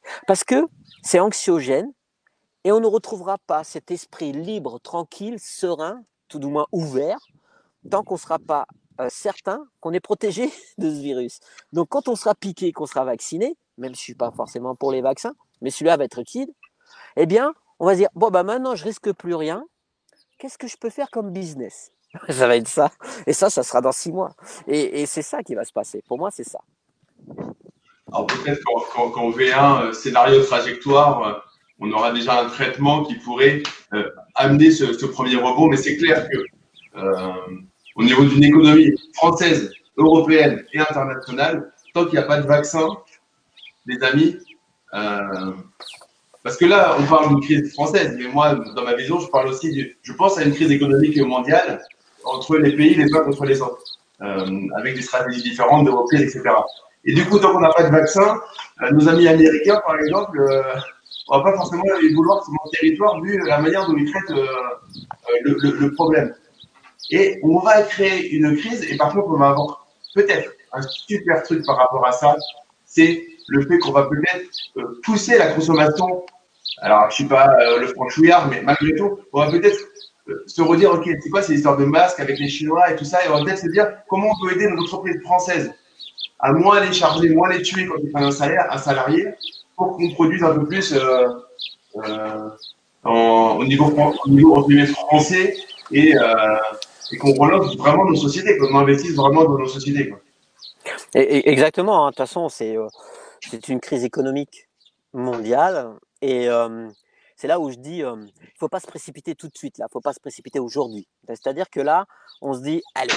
Parce que c'est anxiogène et on ne retrouvera pas cet esprit libre, tranquille, serein, tout du moins ouvert, tant qu'on ne sera pas euh, certain qu'on est protégé de ce virus. Donc quand on sera piqué, qu'on sera vacciné, même si je ne suis pas forcément pour les vaccins, mais celui-là va être utile, eh bien, on va se dire, bon, bah maintenant, je risque plus rien. Qu'est-ce que je peux faire comme business? Ça va être ça. Et ça, ça sera dans six mois. Et, et c'est ça qui va se passer. Pour moi, c'est ça. Alors peut-être qu'en, qu'en, qu'en V un, euh, scénario de trajectoire, euh, on aura déjà un traitement qui pourrait euh, amener ce, ce premier rebond, mais c'est clair que euh, au niveau d'une économie française, européenne et internationale, tant qu'il n'y a pas de vaccin, les amis, euh, parce que là, on parle d'une crise française, mais moi, dans ma vision, je parle aussi, du, je pense à une crise économique mondiale entre les pays les uns contre les autres, euh, avec des stratégies différentes de reprise, et cetera. Et du coup, tant qu'on n'a pas de vaccin, euh, nos amis américains, par exemple, euh, on va pas forcément aller vouloir sur mon territoire vu la manière dont ils traitent euh, euh, le, le, le problème. Et on va créer une crise, et par contre, on va avoir peut-être un super truc par rapport à ça, c'est le fait qu'on va peut-être euh, pousser la consommation. Alors, je ne suis pas euh, le franchouillard, mais malgré tout, on va peut-être euh, se redire, OK, c'est quoi ces histoires de masques avec les Chinois et tout ça, et on va peut-être se dire comment on peut aider nos entreprises françaises à moins les charger, moins les tuer quand ils prennent un salaire, un salarié, pour qu'on produise un peu plus euh, euh, en, au niveau, au niveau entre guillemets, français et, euh, et qu'on relance vraiment nos sociétés, qu'on investisse vraiment dans nos sociétés, quoi. Et, et exactement. Hein. De toute façon, c'est euh, c'est une crise économique mondiale. Et euh, c'est là où je dis, il euh, ne faut pas se précipiter tout de suite. Il ne faut pas se précipiter aujourd'hui. C'est-à-dire que là, on se dit, allez,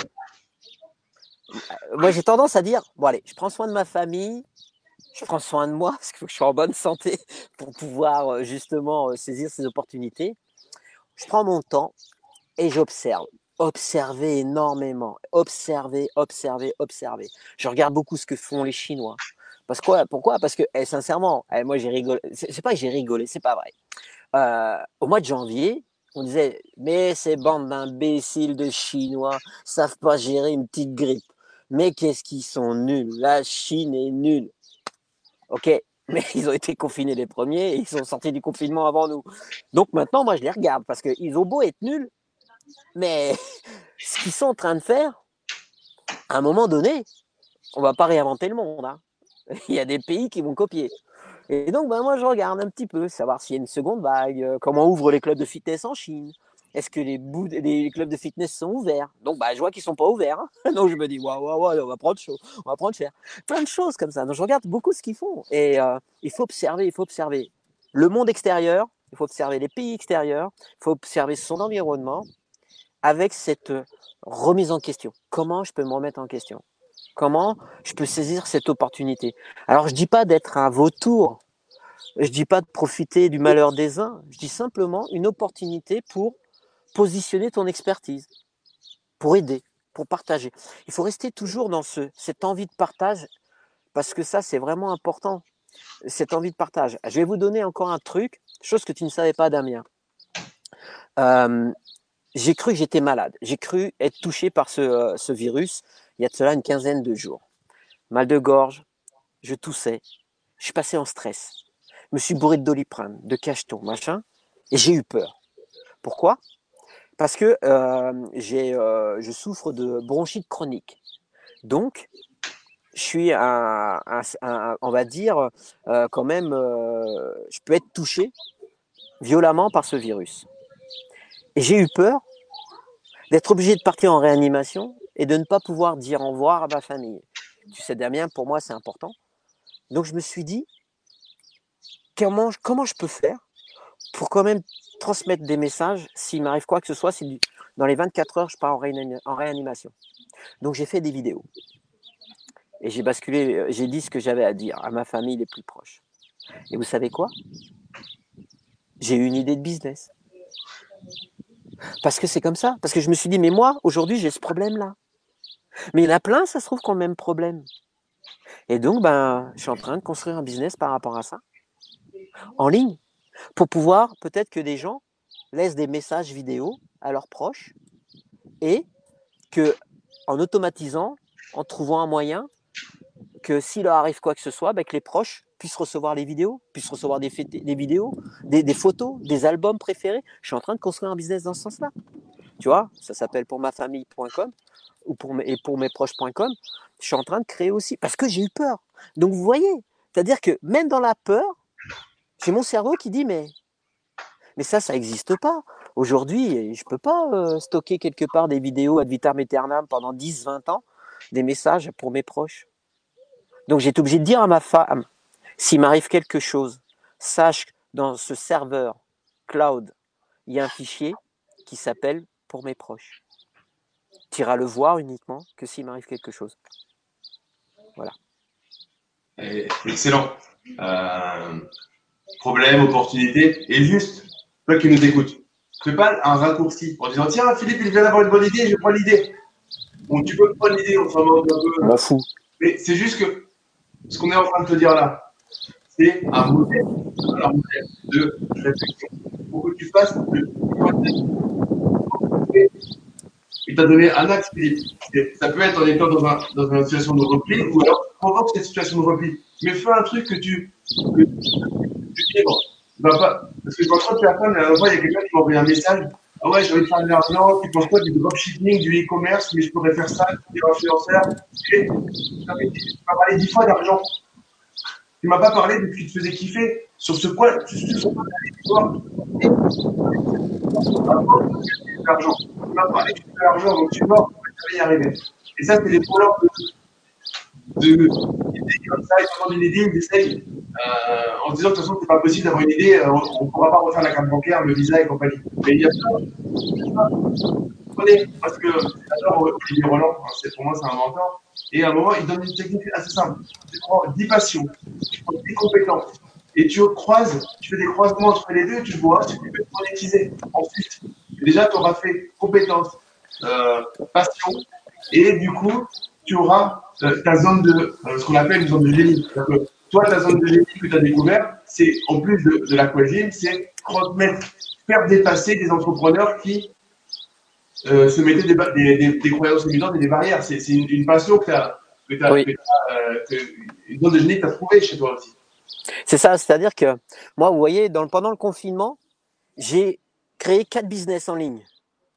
moi j'ai tendance à dire, bon allez, je prends soin de ma famille, je prends soin de moi, parce qu'il faut que je sois en bonne santé pour pouvoir euh, justement euh, saisir ces opportunités. Je prends mon temps et j'observe. Observer énormément. Observer, observer, observer. Je regarde beaucoup ce que font les Chinois. Parce que, pourquoi? Parce que, eh, sincèrement, eh, moi j'ai rigolé. C'est, c'est pas que j'ai rigolé, c'est pas vrai. Euh, au mois de janvier, on disait, mais ces bandes d'imbéciles de Chinois savent pas gérer une petite grippe. Mais qu'est-ce qu'ils sont nuls. La Chine est nulle. Ok, mais ils ont été confinés les premiers et ils sont sortis du confinement avant nous. Donc maintenant, moi je les regarde parce qu'ils ont beau être nuls, mais ce qu'ils sont en train de faire, à un moment donné, on va pas réinventer le monde. Hein. Il y a des pays qui vont copier. Et donc, ben, moi, je regarde un petit peu, savoir s'il y a une seconde vague, euh, comment ouvrent les clubs de fitness en Chine. Est-ce que les, bouts, les clubs de fitness sont ouverts? Donc, bah, je vois qu'ils sont pas ouverts. Hein. Donc, je me dis, waouh, waouh, waouh, on va prendre chaud, on va prendre cher. Plein de choses comme ça. Donc, je regarde beaucoup ce qu'ils font. Et euh, il faut observer, il faut observer le monde extérieur, il faut observer les pays extérieurs, il faut observer son environnement avec cette remise en question. Comment je peux me remettre en question? Comment je peux saisir cette opportunité? Alors, je ne dis pas d'être un vautour, je ne dis pas de profiter du malheur des uns, je dis simplement une opportunité pour positionner ton expertise, pour aider, pour partager. Il faut rester toujours dans ce, cette envie de partage, parce que ça, c'est vraiment important, cette envie de partage. Je vais vous donner encore un truc, chose que tu ne savais pas, Damien. Euh, j'ai cru que j'étais malade. J'ai cru être touché par ce, euh, ce virus il y a de cela une quinzaine de jours. Mal de gorge, je toussais, je suis passé en stress. Je me suis bourré de Doliprane, de Cacheton, machin, et j'ai eu peur. Pourquoi? Parce que euh, j'ai, euh, je souffre de bronchite chronique. Donc, je suis un, un, un on va dire, euh, quand même, euh, je peux être touché violemment par ce virus. Et j'ai eu peur d'être obligé de partir en réanimation et de ne pas pouvoir dire au revoir à ma famille. Tu sais, Damien, pour moi, c'est important. Donc, je me suis dit, comment, comment je peux faire pour quand même transmettre des messages s'il m'arrive quoi que ce soit, si dans les vingt-quatre heures, je pars en, réanim- en réanimation. Donc, j'ai fait des vidéos. Et j'ai basculé, j'ai dit ce que j'avais à dire à ma famille les plus proches. Et vous savez quoi? J'ai eu une idée de business. Parce que c'est comme ça. Parce que je me suis dit, mais moi, aujourd'hui, j'ai ce problème-là. Mais il y en a plein, ça se trouve, qui ont le même problème. Et donc, ben, je suis en train de construire un business par rapport à ça, en ligne, pour pouvoir, peut-être que des gens laissent des messages vidéo à leurs proches et que, en automatisant, en trouvant un moyen, que s'il leur arrive quoi que ce soit, ben, que les proches puissent recevoir les vidéos, puissent recevoir des, des vidéos, des, des photos, des albums préférés. Je suis en train de construire un business dans ce sens-là. Tu vois, ça s'appelle pour ma famille point com ou pour mes, et pour mes proches point com. Je suis en train de créer aussi parce que j'ai eu peur. Donc vous voyez, c'est-à-dire que même dans la peur, j'ai mon cerveau qui dit mais, mais ça, ça n'existe pas. Aujourd'hui, je ne peux pas euh, stocker quelque part des vidéos ad vitam aeternam pendant dix, vingt ans, des messages pour mes proches. Donc j'ai été obligé de dire à ma femme, s'il m'arrive quelque chose, sache que dans ce serveur cloud, il y a un fichier qui s'appelle pour mes proches. Tu iras le voir uniquement que s'il m'arrive quelque chose. Voilà. Excellent. Euh, problème, opportunité, et juste, toi qui nous écoutes, fais pas un raccourci en disant tiens, Philippe, il vient d'avoir une bonne idée, je prends l'idée. Bon, tu peux prendre l'idée, on s'en moque un peu. On m'en fout. Mais c'est juste que ce qu'on est en train de te dire là, c'est un modèle, un modèle de réflexion pour que tu fasses le. Il t'a donné un axe, Philippe. Ça peut être en étant dans, un, dans une situation de repli ou alors provoque cette situation de repli. Mais fais un truc que tu, que, que tu livres. Pas, parce que je vois trop de personnes, la dernière fois, il y a quelqu'un qui m'a envoyé un message. Ah ouais, j'ai envie de faire de l'argent, tu penses quoi du dropshipping, du e-commerce, mais je pourrais faire ça, tu es influenceur. Et tu m'as parlé dix fois d'argent. Tu m'as pas parlé de ce qui te faisait kiffer, sur ce quoi tu sur quoi tu allais l'argent. Tu m'as parlé de l'argent, donc tu vois, on va y arriver. Et ça, c'est les voleurs de, de, d'idées comme ça, ils entendent une idée, ils essayent euh, en se disant que de toute façon, c'est pas possible d'avoir une idée, euh, on ne pourra pas refaire la carte bancaire, le visa et compagnie. Mais il y a ça. Prenez, parce que j'adore Olivier Roland, hein, pour moi, c'est un mentor. Et à un moment, il donne une technique assez simple. Tu prends dix passions, tu prends dix compétences, et tu croises, tu fais des croisements entre les deux, tu vois si tu peux te monétiser. Ensuite, déjà, tu auras fait compétences, euh, passion, et du coup, tu auras euh, ta zone de, euh, ce qu'on appelle une zone de génie. Que, toi, ta zone de génie que tu as découvert, c'est, en plus de, de l'aquagym, c'est transmettre, faire dépasser des entrepreneurs qui euh, se mettaient des, des, des, des croyances limitantes et des barrières. C'est, c'est une, une passion que tu as, que tu as, Oui. que t'as, euh, que, une zone de génie que tu as trouvée chez toi aussi. C'est ça, c'est-à-dire que moi, vous voyez, dans le, pendant le confinement, j'ai créé quatre business en ligne.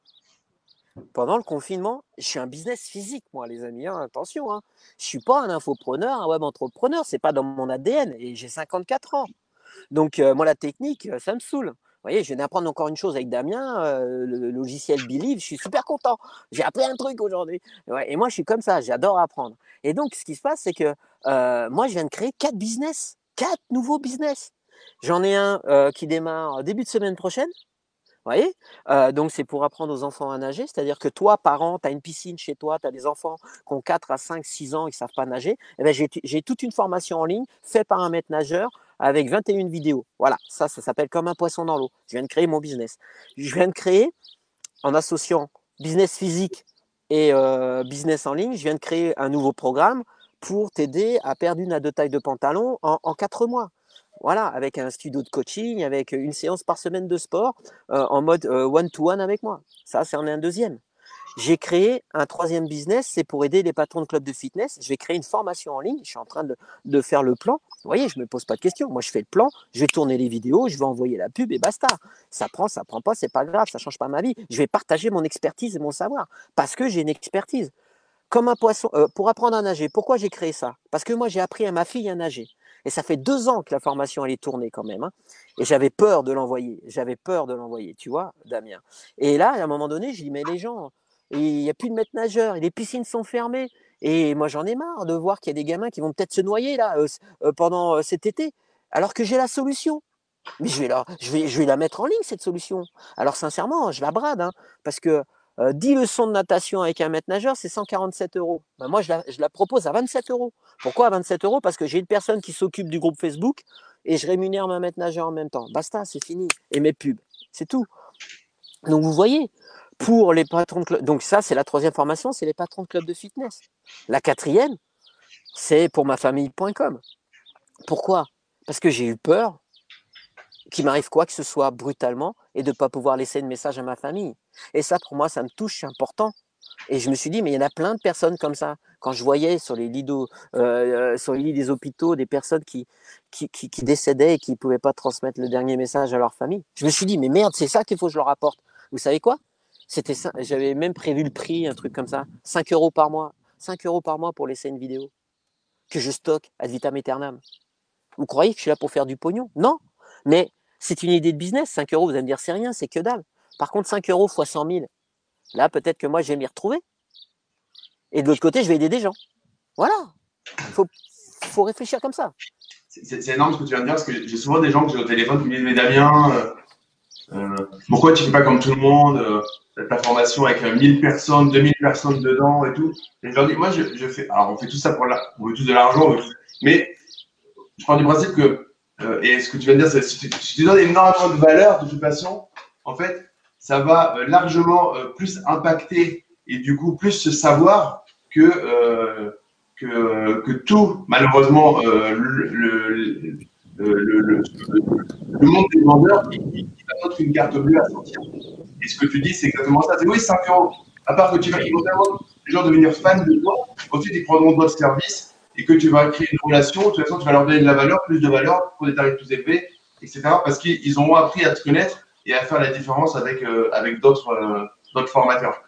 Pendant le confinement, je suis un business physique, moi, les amis. Hein, attention, hein. Je ne suis pas un infopreneur, un web entrepreneur. Ce n'est pas dans mon A D N et j'ai cinquante-quatre ans. Donc, euh, moi, la technique, ça me saoule. Vous voyez, je viens d'apprendre encore une chose avec Damien, euh, le logiciel Believe. Je suis super content. J'ai appris un truc aujourd'hui. Ouais, et moi, je suis comme ça. J'adore apprendre. Et donc, ce qui se passe, c'est que euh, moi, je viens de créer quatre business. Quatre nouveaux business. J'en ai un euh, qui démarre début de semaine prochaine. Vous voyez, euh, donc c'est pour apprendre aux enfants à nager, c'est-à-dire que toi, parent, tu as une piscine chez toi, tu as des enfants qui ont quatre à cinq, six ans et qui ne savent pas nager, eh ben, j'ai, j'ai toute une formation en ligne faite par un maître nageur avec vingt et une vidéos. Voilà, ça, ça s'appelle comme un poisson dans l'eau. Je viens de créer mon business. Je viens de créer, en associant business physique et euh, business en ligne, je viens de créer un nouveau programme pour t'aider à perdre une à deux tailles de pantalon en, en quatre mois. Voilà, avec un studio de coaching, avec une séance par semaine de sport, euh, en mode euh, one-to-one avec moi. Ça, c'en est un deuxième. J'ai créé un troisième business, c'est pour aider les patrons de clubs de fitness. Je vais créer une formation en ligne. Je suis en train de, de faire le plan. Vous voyez, je ne me pose pas de questions. Moi, je fais le plan, je vais tourner les vidéos, je vais envoyer la pub et basta. Ça prend, ça prend pas, c'est pas grave, ça change pas ma vie. Je vais partager mon expertise et mon savoir parce que j'ai une expertise. Comme un poisson, euh, pour apprendre à nager. Pourquoi j'ai créé ça? Parce que moi, j'ai appris à ma fille à nager. Et ça fait deux ans que la formation, elle est tournée quand même. Hein. Et j'avais peur de l'envoyer. J'avais peur de l'envoyer, tu vois, Damien. Et là, à un moment donné, je dis, mais les gens, il n'y a plus de maître nageur, et les piscines sont fermées. Et moi, j'en ai marre de voir qu'il y a des gamins qui vont peut-être se noyer là euh, euh, pendant euh, cet été, alors que j'ai la solution. Mais je vais, la, je, vais, je vais la mettre en ligne, cette solution. Alors, sincèrement, je la brade, hein, parce que euh, dix leçons de natation avec un maître nageur, c'est cent quarante-sept euros. Ben, moi, je la, je la propose à vingt-sept euros. Pourquoi à vingt-sept euros? Parce que j'ai une personne qui s'occupe du groupe Facebook et je rémunère ma maître nageur en même temps. Basta, c'est fini. Et mes pubs, c'est tout. Donc, vous voyez, pour les patrons de club, donc ça, c'est la troisième formation, c'est les patrons de club de fitness. La quatrième, c'est pour ma famille point com. Pourquoi? Parce que j'ai eu peur qu'il m'arrive quoi que ce soit brutalement et de ne pas pouvoir laisser de message à ma famille. Et ça, pour moi, ça me touche, c'est important. Et je me suis dit, mais il y en a plein de personnes comme ça. Quand je voyais sur les lits, d'eau- euh, sur les lits des hôpitaux des personnes qui, qui, qui, qui décédaient et qui ne pouvaient pas transmettre le dernier message à leur famille, je me suis dit, mais merde, c'est ça qu'il faut que je leur apporte. Vous savez quoi? C'était ça. J'avais même prévu le prix, un truc comme ça. cinq euros par mois. cinq euros par mois pour laisser une vidéo que je stocke ad vitam aeternam. Vous croyez que je suis là pour faire du pognon? Non. Mais c'est une idée de business. cinq euros, vous allez me dire, c'est rien, c'est que dalle. Par contre, cinq euros fois cent mille, là, peut-être que moi, je vais m'y retrouver. Et de l'autre côté, je vais aider des gens. Voilà. Il faut, faut réfléchir comme ça. C'est c'est énorme ce que tu viens de dire, parce que j'ai souvent des gens que j'ai au téléphone qui me disent, mais Damien, euh, euh, pourquoi tu fais pas comme tout le monde, euh, ta formation avec euh, mille personnes, deux mille personnes dedans et tout. Et je leur dis, moi, je, je fais, alors on fait tout ça pour la, on veut tous de l'argent, mais je pars du principe que, euh, et ce que tu viens de dire, c'est si tu, si tu donnes énormément de valeur, de toute façon, en fait, ça va euh, largement euh, plus impacter et du coup plus se savoir que, euh, que, que tout, malheureusement, euh, le, le, le, le, le, le monde des vendeurs qui, qui, qui va mettre une carte bleue à sortir. Et ce que tu dis, c'est exactement ça. C'est oui, cinq euros. À part que tu vas, ils vont tellement les gens devenir fans de toi, ensuite ils prendront d'autres services et que tu vas créer une relation. De toute façon, tu vas leur donner de la valeur, plus de valeur pour des tarifs plus élevés, et cetera. Parce qu'ils auront appris à te connaître et à faire la différence avec, euh, avec d'autres euh, d'autres formateurs.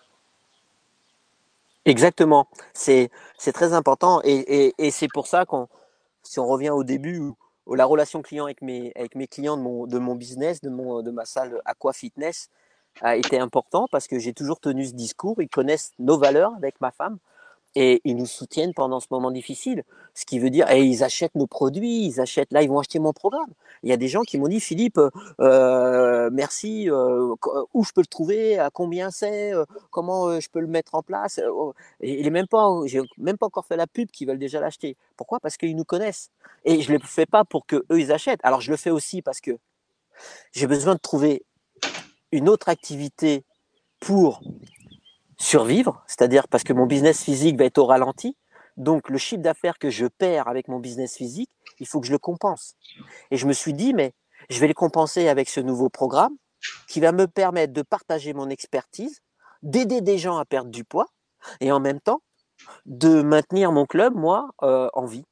Exactement. C'est très important. Et, et, et c'est pour ça qu'on, si on revient au début, où, où la relation client avec mes, avec mes clients de mon, de mon business, de, mon, de ma salle Aqua Fitness, a été important parce que j'ai toujours tenu ce discours. Ils connaissent nos valeurs avec ma femme. Et ils nous soutiennent pendant ce moment difficile. Ce qui veut dire, et ils achètent nos produits, ils achètent, là, ils vont acheter mon programme. Il y a des gens qui m'ont dit, Philippe, euh, merci, euh, où je peux le trouver, à combien c'est, euh, comment euh, je peux le mettre en place. Et il est même pas, j'ai même pas encore fait la pub qu'ils veulent déjà l'acheter. Pourquoi? Parce qu'ils nous connaissent. Et je ne le fais pas pour que eux ils achètent. Alors je le fais aussi parce que j'ai besoin de trouver une autre activité pour survivre, c'est-à-dire parce que mon business physique va être au ralenti. Donc, le chiffre d'affaires que je perds avec mon business physique, il faut que je le compense. Et je me suis dit, mais je vais le compenser avec ce nouveau programme qui va me permettre de partager mon expertise, d'aider des gens à perdre du poids et en même temps de maintenir mon club, moi, euh, en vie.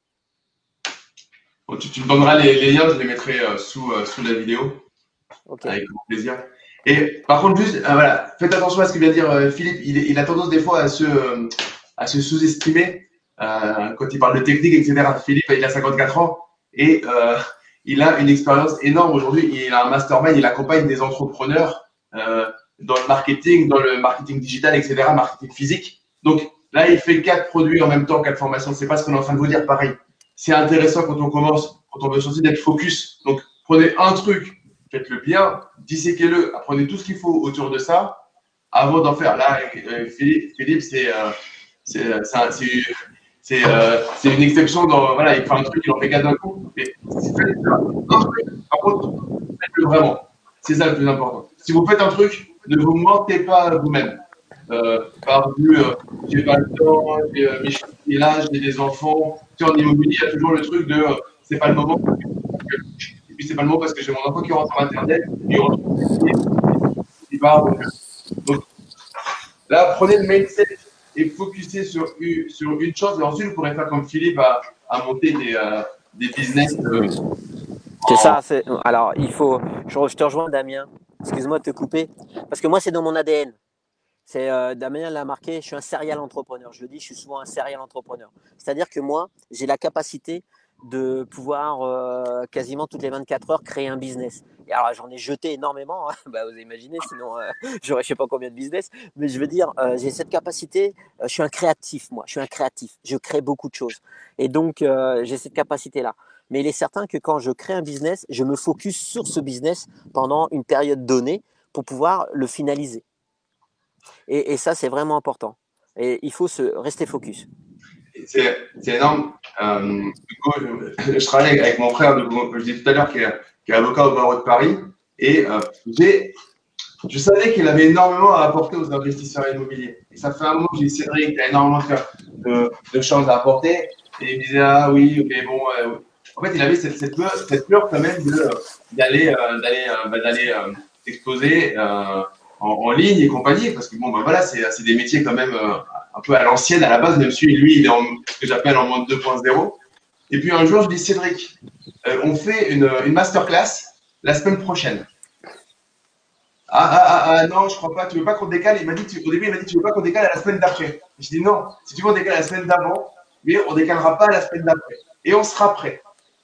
Bon, tu, tu me donneras les, les liens, je les mettrai euh, sous, euh, sous la vidéo. Ok. Avec grand plaisir. Et par contre, juste, euh, voilà, faites attention à ce que vient de dire euh, Philippe. Il, il, a tendance des fois à se, euh, à se sous-estimer euh, quand il parle de technique, et cetera. Philippe, il a cinquante-quatre ans et euh, il a une expérience énorme aujourd'hui. Il a un mastermind, il accompagne des entrepreneurs euh, dans le marketing, dans le marketing digital, et cetera, marketing physique. Donc là, il fait quatre produits en même temps, quatre formations. C'est pas ce qu'on est en train de vous dire, pareil. C'est intéressant quand on commence, quand on veut sortir d'être focus. Donc prenez un truc, faites-le bien, disséquez-le, apprenez tout ce qu'il faut autour de ça avant d'en faire. Là, euh, Philippe, Philippe c'est euh, c'est c'est euh, une exception. Dans, voilà, il fait un truc, il en fait quatre d'un coup. Mais si faites un truc, par contre, faites-le vraiment. C'est ça le plus important. Si vous faites un truc, ne vous mentez pas vous-même. Euh, par du, euh, j'ai pas le temps, j'ai euh, mes chiens qui sont là, j'ai des enfants. Tu sais, en immobilier, il y a toujours le truc de euh, c'est pas le moment. Et puis c'est pas le moment parce que j'ai mon enfant qui rentre sur Internet, et on qui part. Donc, donc, là, prenez le mindset et focussez sur, sur une chose. Et ensuite, vous pourrez faire comme Philippe à, à monter des, euh, des business. Euh, C'est ça. Alors, il faut. Je, je te rejoins, Damien. Excuse-moi de te couper. Parce que moi, c'est dans mon A D N. C'est euh, Damien l'a marqué, je suis un serial entrepreneur. Je le dis, je suis souvent un serial entrepreneur. C'est-à-dire que moi, j'ai la capacité de pouvoir euh, quasiment toutes les vingt-quatre heures créer un business. Et alors, j'en ai jeté énormément, hein. Bah, vous imaginez, sinon euh, j'aurais je sais pas combien de business. Mais je veux dire, euh, j'ai cette capacité. Euh, je suis un créatif, moi. Je suis un créatif. Je crée beaucoup de choses. Et donc, euh, j'ai cette capacité-là. Mais il est certain que quand je crée un business, je me focus sur ce business pendant une période donnée pour pouvoir le finaliser. Et, et ça, c'est vraiment important. Et il faut se rester focus. C'est énorme. Euh, du coup, je, je travaille avec, avec mon frère, de, comme je disais tout à l'heure, qui, qui est avocat au barreau de Paris. Et euh, je savais qu'il avait énormément à apporter aux investisseurs immobiliers. Et ça fait un moment que j'ai dit, Cédric, tu as énormément de, de, de choses à apporter. Et il me disait, ah oui, mais bon. Euh, en fait, il avait cette, cette, peur, cette peur quand même d'aller euh, d'aller euh, bah, euh, s'exposer. Euh, en, en ligne et compagnie, parce que bon, ben voilà, c'est des métiers quand même euh, un peu à l'ancienne à la base, même si lui, il est en ce que j'appelle en mode deux point zéro. Et puis un jour, je dis Cédric, euh, on fait une, une masterclass la semaine prochaine. Ah, ah, ah, ah, non, je crois pas, tu veux pas qu'on décale? Il m'a dit, tu, au début, il m'a dit, tu veux pas qu'on décale à la semaine d'après? Je dis non, si tu veux, on décale à la semaine d'avant, mais on décalera pas à la semaine d'après. Et on sera prêt.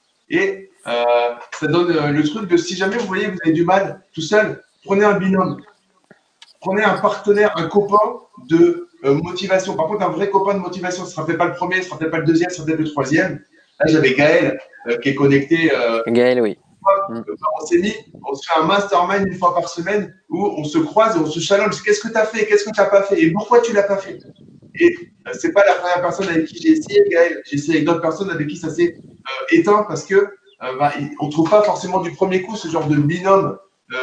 Et euh, ça donne euh, le truc de si jamais vous voyez que vous avez du mal tout seul, prenez un binôme. Prenez un partenaire, un copain de euh, motivation. Par contre, un vrai copain de motivation, ce ne sera peut-être pas le premier, ce ne sera peut-être pas le deuxième, ce sera peut-être le troisième. Là, j'avais Gaël euh, qui est connecté. Euh, Gaël, oui. Mm. On s'est mis, on se fait un mastermind une fois par semaine où on se croise et on se challenge. Qu'est-ce que tu as fait? Qu'est-ce que tu n'as pas fait? Et pourquoi tu ne l'as pas fait? Et euh, ce n'est pas la première personne avec qui j'ai essayé, Gaël. J'ai essayé avec d'autres personnes avec qui ça s'est euh, éteint parce que euh, bah, on ne trouve pas forcément du premier coup ce genre de binôme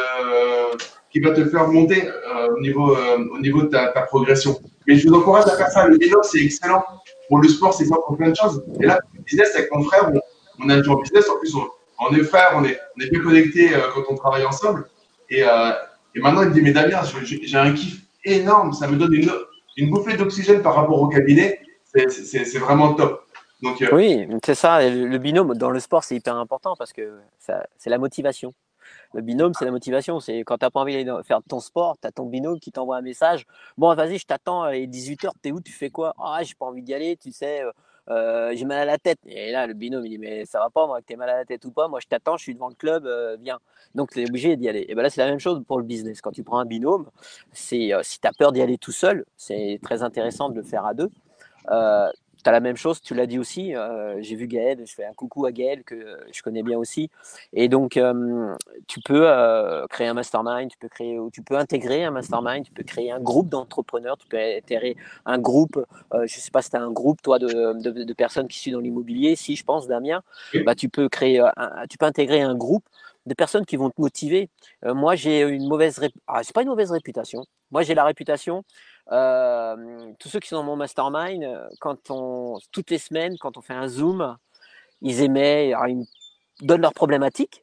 euh, qui va te faire monter euh, au, niveau, euh, au niveau de ta, ta progression. Mais je vous encourage à faire ça. Le binôme, c'est excellent. Pour le sport, c'est excellent pour plein de choses. Et là, le business, avec mon frère, on, on a un jour business. En plus, on, on est frères, on est, on est plus connectés euh, quand on travaille ensemble. Et, euh, et maintenant, il me dit, mais Damien, j'ai un kiff énorme. Ça me donne une, une bouffée d'oxygène par rapport au cabinet. C'est vraiment top. Donc, euh, oui, c'est ça. Le binôme dans le sport, c'est hyper important parce que c'est la motivation. Le binôme, c'est la motivation. C'est quand tu n'as pas envie de faire ton sport, tu as ton binôme qui t'envoie un message. Bon, vas-y, je t'attends, il est dix-huit heures, t'es où? Tu fais quoi? Ah, j'ai pas envie d'y aller, tu sais, euh, j'ai mal à la tête. Et là, le binôme, il dit, mais ça va pas, moi, que t'aies mal à la tête ou pas. Moi, je t'attends, je suis devant le club, euh, viens. Donc, tu es obligé d'y aller. Et bien là, c'est la même chose pour le business. Quand tu prends un binôme, c'est euh, si tu as peur d'y aller tout seul, c'est très intéressant de le faire à deux. Euh, tu as la même chose, tu l'as dit aussi, euh, j'ai vu Gaël, je fais un coucou à Gaël que euh, je connais bien aussi, et donc euh, tu peux euh, créer un mastermind, tu peux créer, ou tu peux intégrer un mastermind, tu peux créer un groupe d'entrepreneurs, tu peux intégrer un groupe, euh, je sais pas si tu as un groupe toi de, de, de personnes qui sont dans l'immobilier, si je pense Damien, bah, tu peux créer, un, tu peux intégrer un groupe de personnes qui vont te motiver. Euh, moi j'ai une mauvaise, rép... ah, c'est pas une mauvaise réputation, moi j'ai la réputation. Euh, tous ceux qui sont dans mon mastermind, quand on, toutes les semaines, quand on fait un zoom, ils aimaient, alors ils me donnent leurs problématiques.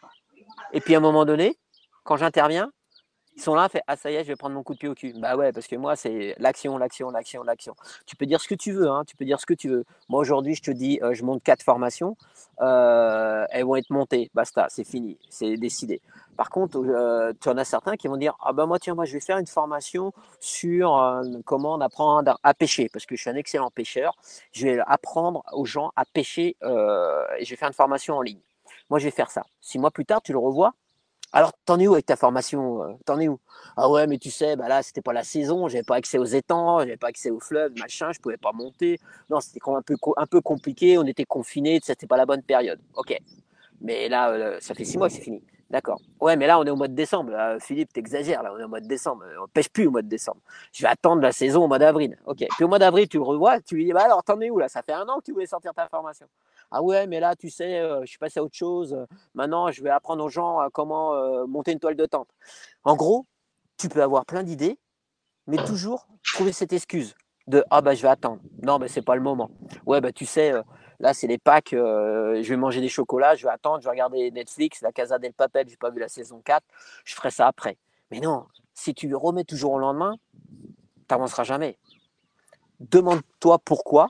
Et puis à un moment donné, quand j'interviens, ils sont là, fait ah ça y est, je vais prendre mon coup de pied au cul. Bah ouais, parce que moi c'est l'action, l'action, l'action, l'action. Tu peux dire ce que tu veux, hein, tu peux dire ce que tu veux. Moi aujourd'hui, je te dis, euh, je monte quatre formations, euh, elles vont être montées, basta, c'est fini, c'est décidé. Par contre, euh, tu en as certains qui vont dire ah ben moi tiens, moi je vais faire une formation sur euh, comment apprendre à pêcher parce que je suis un excellent pêcheur. Je vais apprendre aux gens à pêcher euh, et je vais faire une formation en ligne. Moi je vais faire ça. Six mois plus tard, tu le revois. Alors, t'en es où avec ta formation? T'en es où? Ah ouais, mais tu sais, bah là, c'était pas la saison, j'avais pas accès aux étangs, j'avais pas accès aux fleuves, machin, je pouvais pas monter. Non, c'était un peu, un peu compliqué, on était confinés, c'était pas la bonne période. Ok. Mais là, euh, ça fait six mois que c'est fini. D'accord. Ouais, mais là, on est au mois de décembre. Là, Philippe, t'exagères, là, on est au mois de décembre. On pêche plus au mois de décembre. Je vais attendre la saison au mois d'avril. Ok. Puis au mois d'avril, tu le revois, tu lui dis, bah alors, t'en es où là? Ça fait un an que tu voulais sortir ta formation. Ah ouais, mais là, tu sais, euh, je suis passé à autre chose. Maintenant, je vais apprendre aux gens à comment euh, monter une toile de tente. En gros, tu peux avoir plein d'idées, mais toujours trouver cette excuse de ah bah je vais attendre. Non, mais c'est pas le moment. Ouais, bah tu sais, euh, là c'est les Pâques, euh, je vais manger des chocolats, je vais attendre, je vais regarder Netflix, la Casa del Papel, j'ai pas vu la saison quatre, je ferai ça après. Mais non, si tu le remets toujours au lendemain, t'avanceras jamais. Demande-toi pourquoi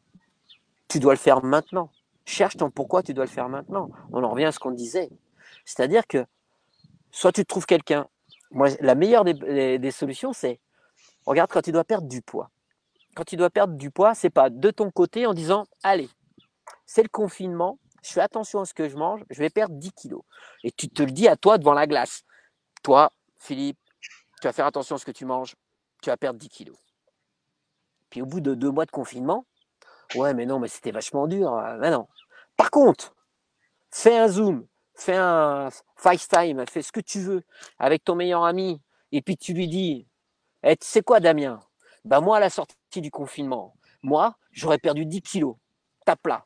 tu dois le faire maintenant. Cherche ton pourquoi tu dois le faire maintenant. On en revient à ce qu'on disait. C'est-à-dire que soit tu te trouves quelqu'un. Moi, la meilleure des, des, des solutions, c'est regarde quand tu dois perdre du poids. Quand tu dois perdre du poids, c'est pas de ton côté en disant allez, c'est le confinement, je fais attention à ce que je mange, je vais perdre dix kilos. Et tu te le dis à toi devant la glace. Toi, Philippe, tu vas faire attention à ce que tu manges, tu vas perdre dix kilos. Puis au bout de deux mois de confinement, ouais, mais non, mais c'était vachement dur. Mais non. Par contre, fais un Zoom, fais un FaceTime, fais ce que tu veux avec ton meilleur ami. Et puis tu lui dis, eh, tu sais quoi, Damien? Ben moi, à la sortie du confinement, moi, j'aurais perdu dix kilos. Tape là.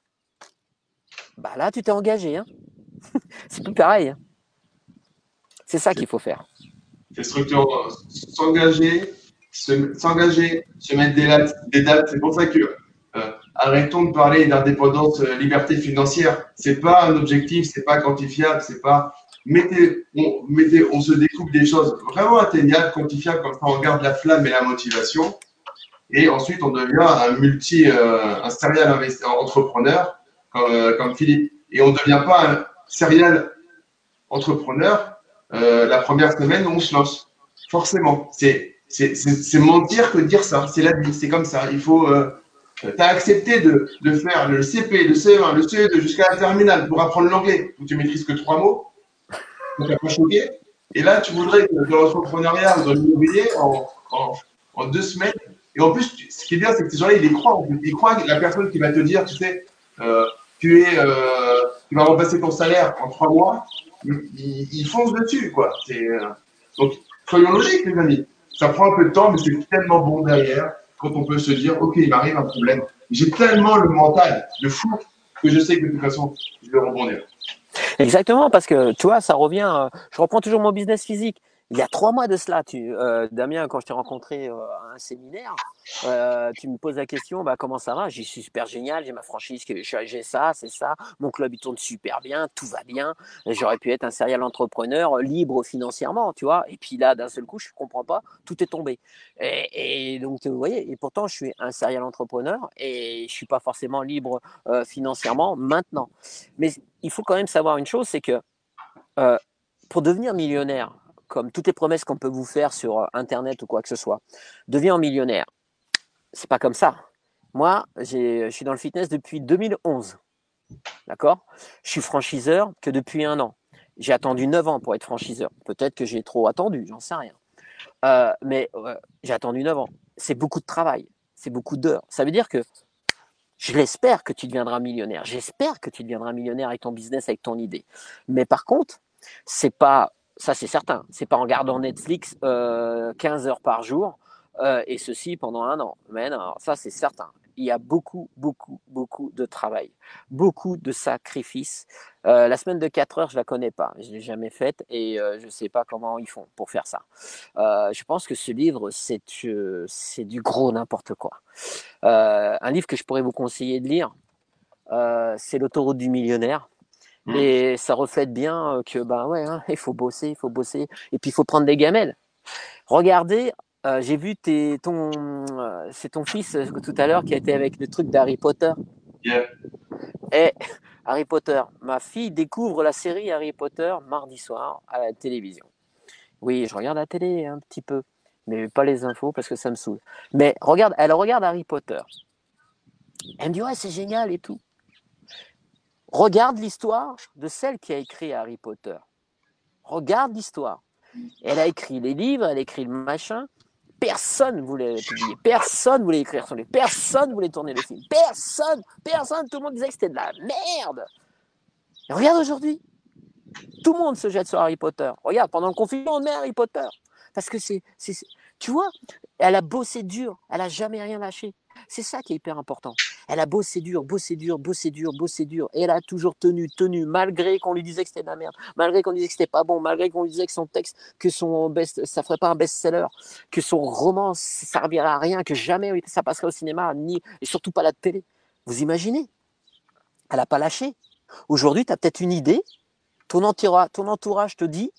Ben là, tu t'es engagé. Hein. C'est plus pareil. Hein. C'est ça qu'il faut faire. C'est structurant. S'engager, s'engager, se mettre des dates. Des dates. C'est pour ça que euh, arrêtons de parler d'indépendance, euh, liberté financière. C'est pas un objectif, c'est pas quantifiable, c'est pas mettez, on, mettez, on se découpe des choses vraiment atteignables, quantifiables, comme ça on garde la flamme et la motivation. Et ensuite, on devient un multi, euh, un serial entrepreneur comme, euh, comme Philippe. Et on ne devient pas un serial entrepreneur euh, la première semaine où on se lance. Forcément. C'est, c'est, c'est, c'est mentir que de dire ça. C'est la vie. C'est comme ça. Il faut. Euh, tu as accepté de, de faire le C P, le C E un, le C E deux jusqu'à la terminale pour apprendre l'anglais où tu maîtrises que trois mots. Ça t'a pas choqué. Et là, tu voudrais que dans l'entrepreneuriat ou dans l'immobilier en, en, en deux semaines. Et en plus, ce qui est bien, c'est que ces gens-là, ils y croient. Ils croient que la personne qui va te dire, tu sais, euh, tu es, euh, tu vas remplacer ton salaire en trois mois, ils, ils foncent dessus, quoi. C'est, euh... Donc, soyons logiques, les amis. Ça prend un peu de temps, mais c'est tellement bon derrière quand on peut se dire, ok, il m'arrive un problème. J'ai tellement le mental de fou que je sais que de toute façon, je vais rebondir. Exactement, parce que tu vois, ça revient. Euh, je reprends toujours mon business physique. Il y a trois mois de cela, tu, euh, Damien, quand je t'ai rencontré euh, à un séminaire, euh, tu me poses la question, bah, comment ça va? J'ai suis super génial, j'ai ma franchise, j'ai ça, c'est ça, mon club il tourne super bien, tout va bien. J'aurais pu être un serial entrepreneur libre financièrement, tu vois. Et puis là, d'un seul coup, je ne comprends pas, tout est tombé. Et, et donc, vous voyez, et pourtant, je suis un serial entrepreneur et je ne suis pas forcément libre euh, financièrement maintenant. Mais il faut quand même savoir une chose, c'est que euh, pour devenir millionnaire, comme toutes les promesses qu'on peut vous faire sur Internet ou quoi que ce soit, deviens millionnaire. C'est pas comme ça. Moi, je suis dans le fitness depuis deux mille onze. D'accord? Je suis franchiseur que depuis un an. J'ai attendu neuf ans pour être franchiseur. Peut-être que j'ai trop attendu, j'en sais rien. Euh, mais euh, j'ai attendu neuf ans. C'est beaucoup de travail. C'est beaucoup d'heures. Ça veut dire que je l'espère que tu deviendras millionnaire. J'espère que tu deviendras millionnaire avec ton business, avec ton idée. Mais par contre, c'est pas, ça c'est certain, c'est pas en regardant Netflix euh, quinze heures par jour euh, et ceci pendant un an. Mais non, ça c'est certain. Il y a beaucoup, beaucoup, beaucoup de travail, beaucoup de sacrifices. Euh, la semaine de quatre heures, je la connais pas, je l'ai jamais faite et euh, je sais pas comment ils font pour faire ça. Euh, je pense que ce livre, c'est euh, c'est du gros n'importe quoi. Euh, un livre que je pourrais vous conseiller de lire, euh, c'est L'autoroute du millionnaire. Mmh. Et ça reflète bien que ben ouais, hein, il faut bosser, il faut bosser, et puis il faut prendre des gamelles. Regardez, euh, j'ai vu tes, ton, euh, c'est ton fils euh, tout à l'heure qui a été avec le truc d'Harry Potter. Yeah. Et Harry Potter, ma fille découvre la série Harry Potter mardi soir à la télévision. Oui, je regarde la télé un petit peu, mais pas les infos parce que ça me saoule. Mais regarde, elle regarde Harry Potter. Elle me dit ouais, c'est génial et tout. Regarde l'histoire de celle qui a écrit Harry Potter. Regarde l'histoire. Elle a écrit les livres, elle a écrit le machin. Personne ne voulait publier. Personne ne voulait écrire son livre. Personne ne voulait tourner le film. Personne, personne. Tout le monde disait que c'était de la merde. Et regarde aujourd'hui. Tout le monde se jette sur Harry Potter. Regarde, pendant le confinement, on met Harry Potter. Parce que c'est, c'est, tu vois, elle a bossé dur. Elle n'a jamais rien lâché. C'est ça qui est hyper important. Elle a bossé dur, bossé dur, bossé dur, bossé dur. Et elle a toujours tenu, tenu, malgré qu'on lui disait que c'était de la merde, malgré qu'on lui disait que c'était pas bon, malgré qu'on lui disait que son texte, que son best, ça ferait pas un best-seller, que son roman, ça servirait à rien, que jamais ça passerait au cinéma, ni, et surtout pas à la télé. Vous imaginez? Elle n'a pas lâché. Aujourd'hui, tu as peut-être une idée, ton entourage, ton entourage te dit,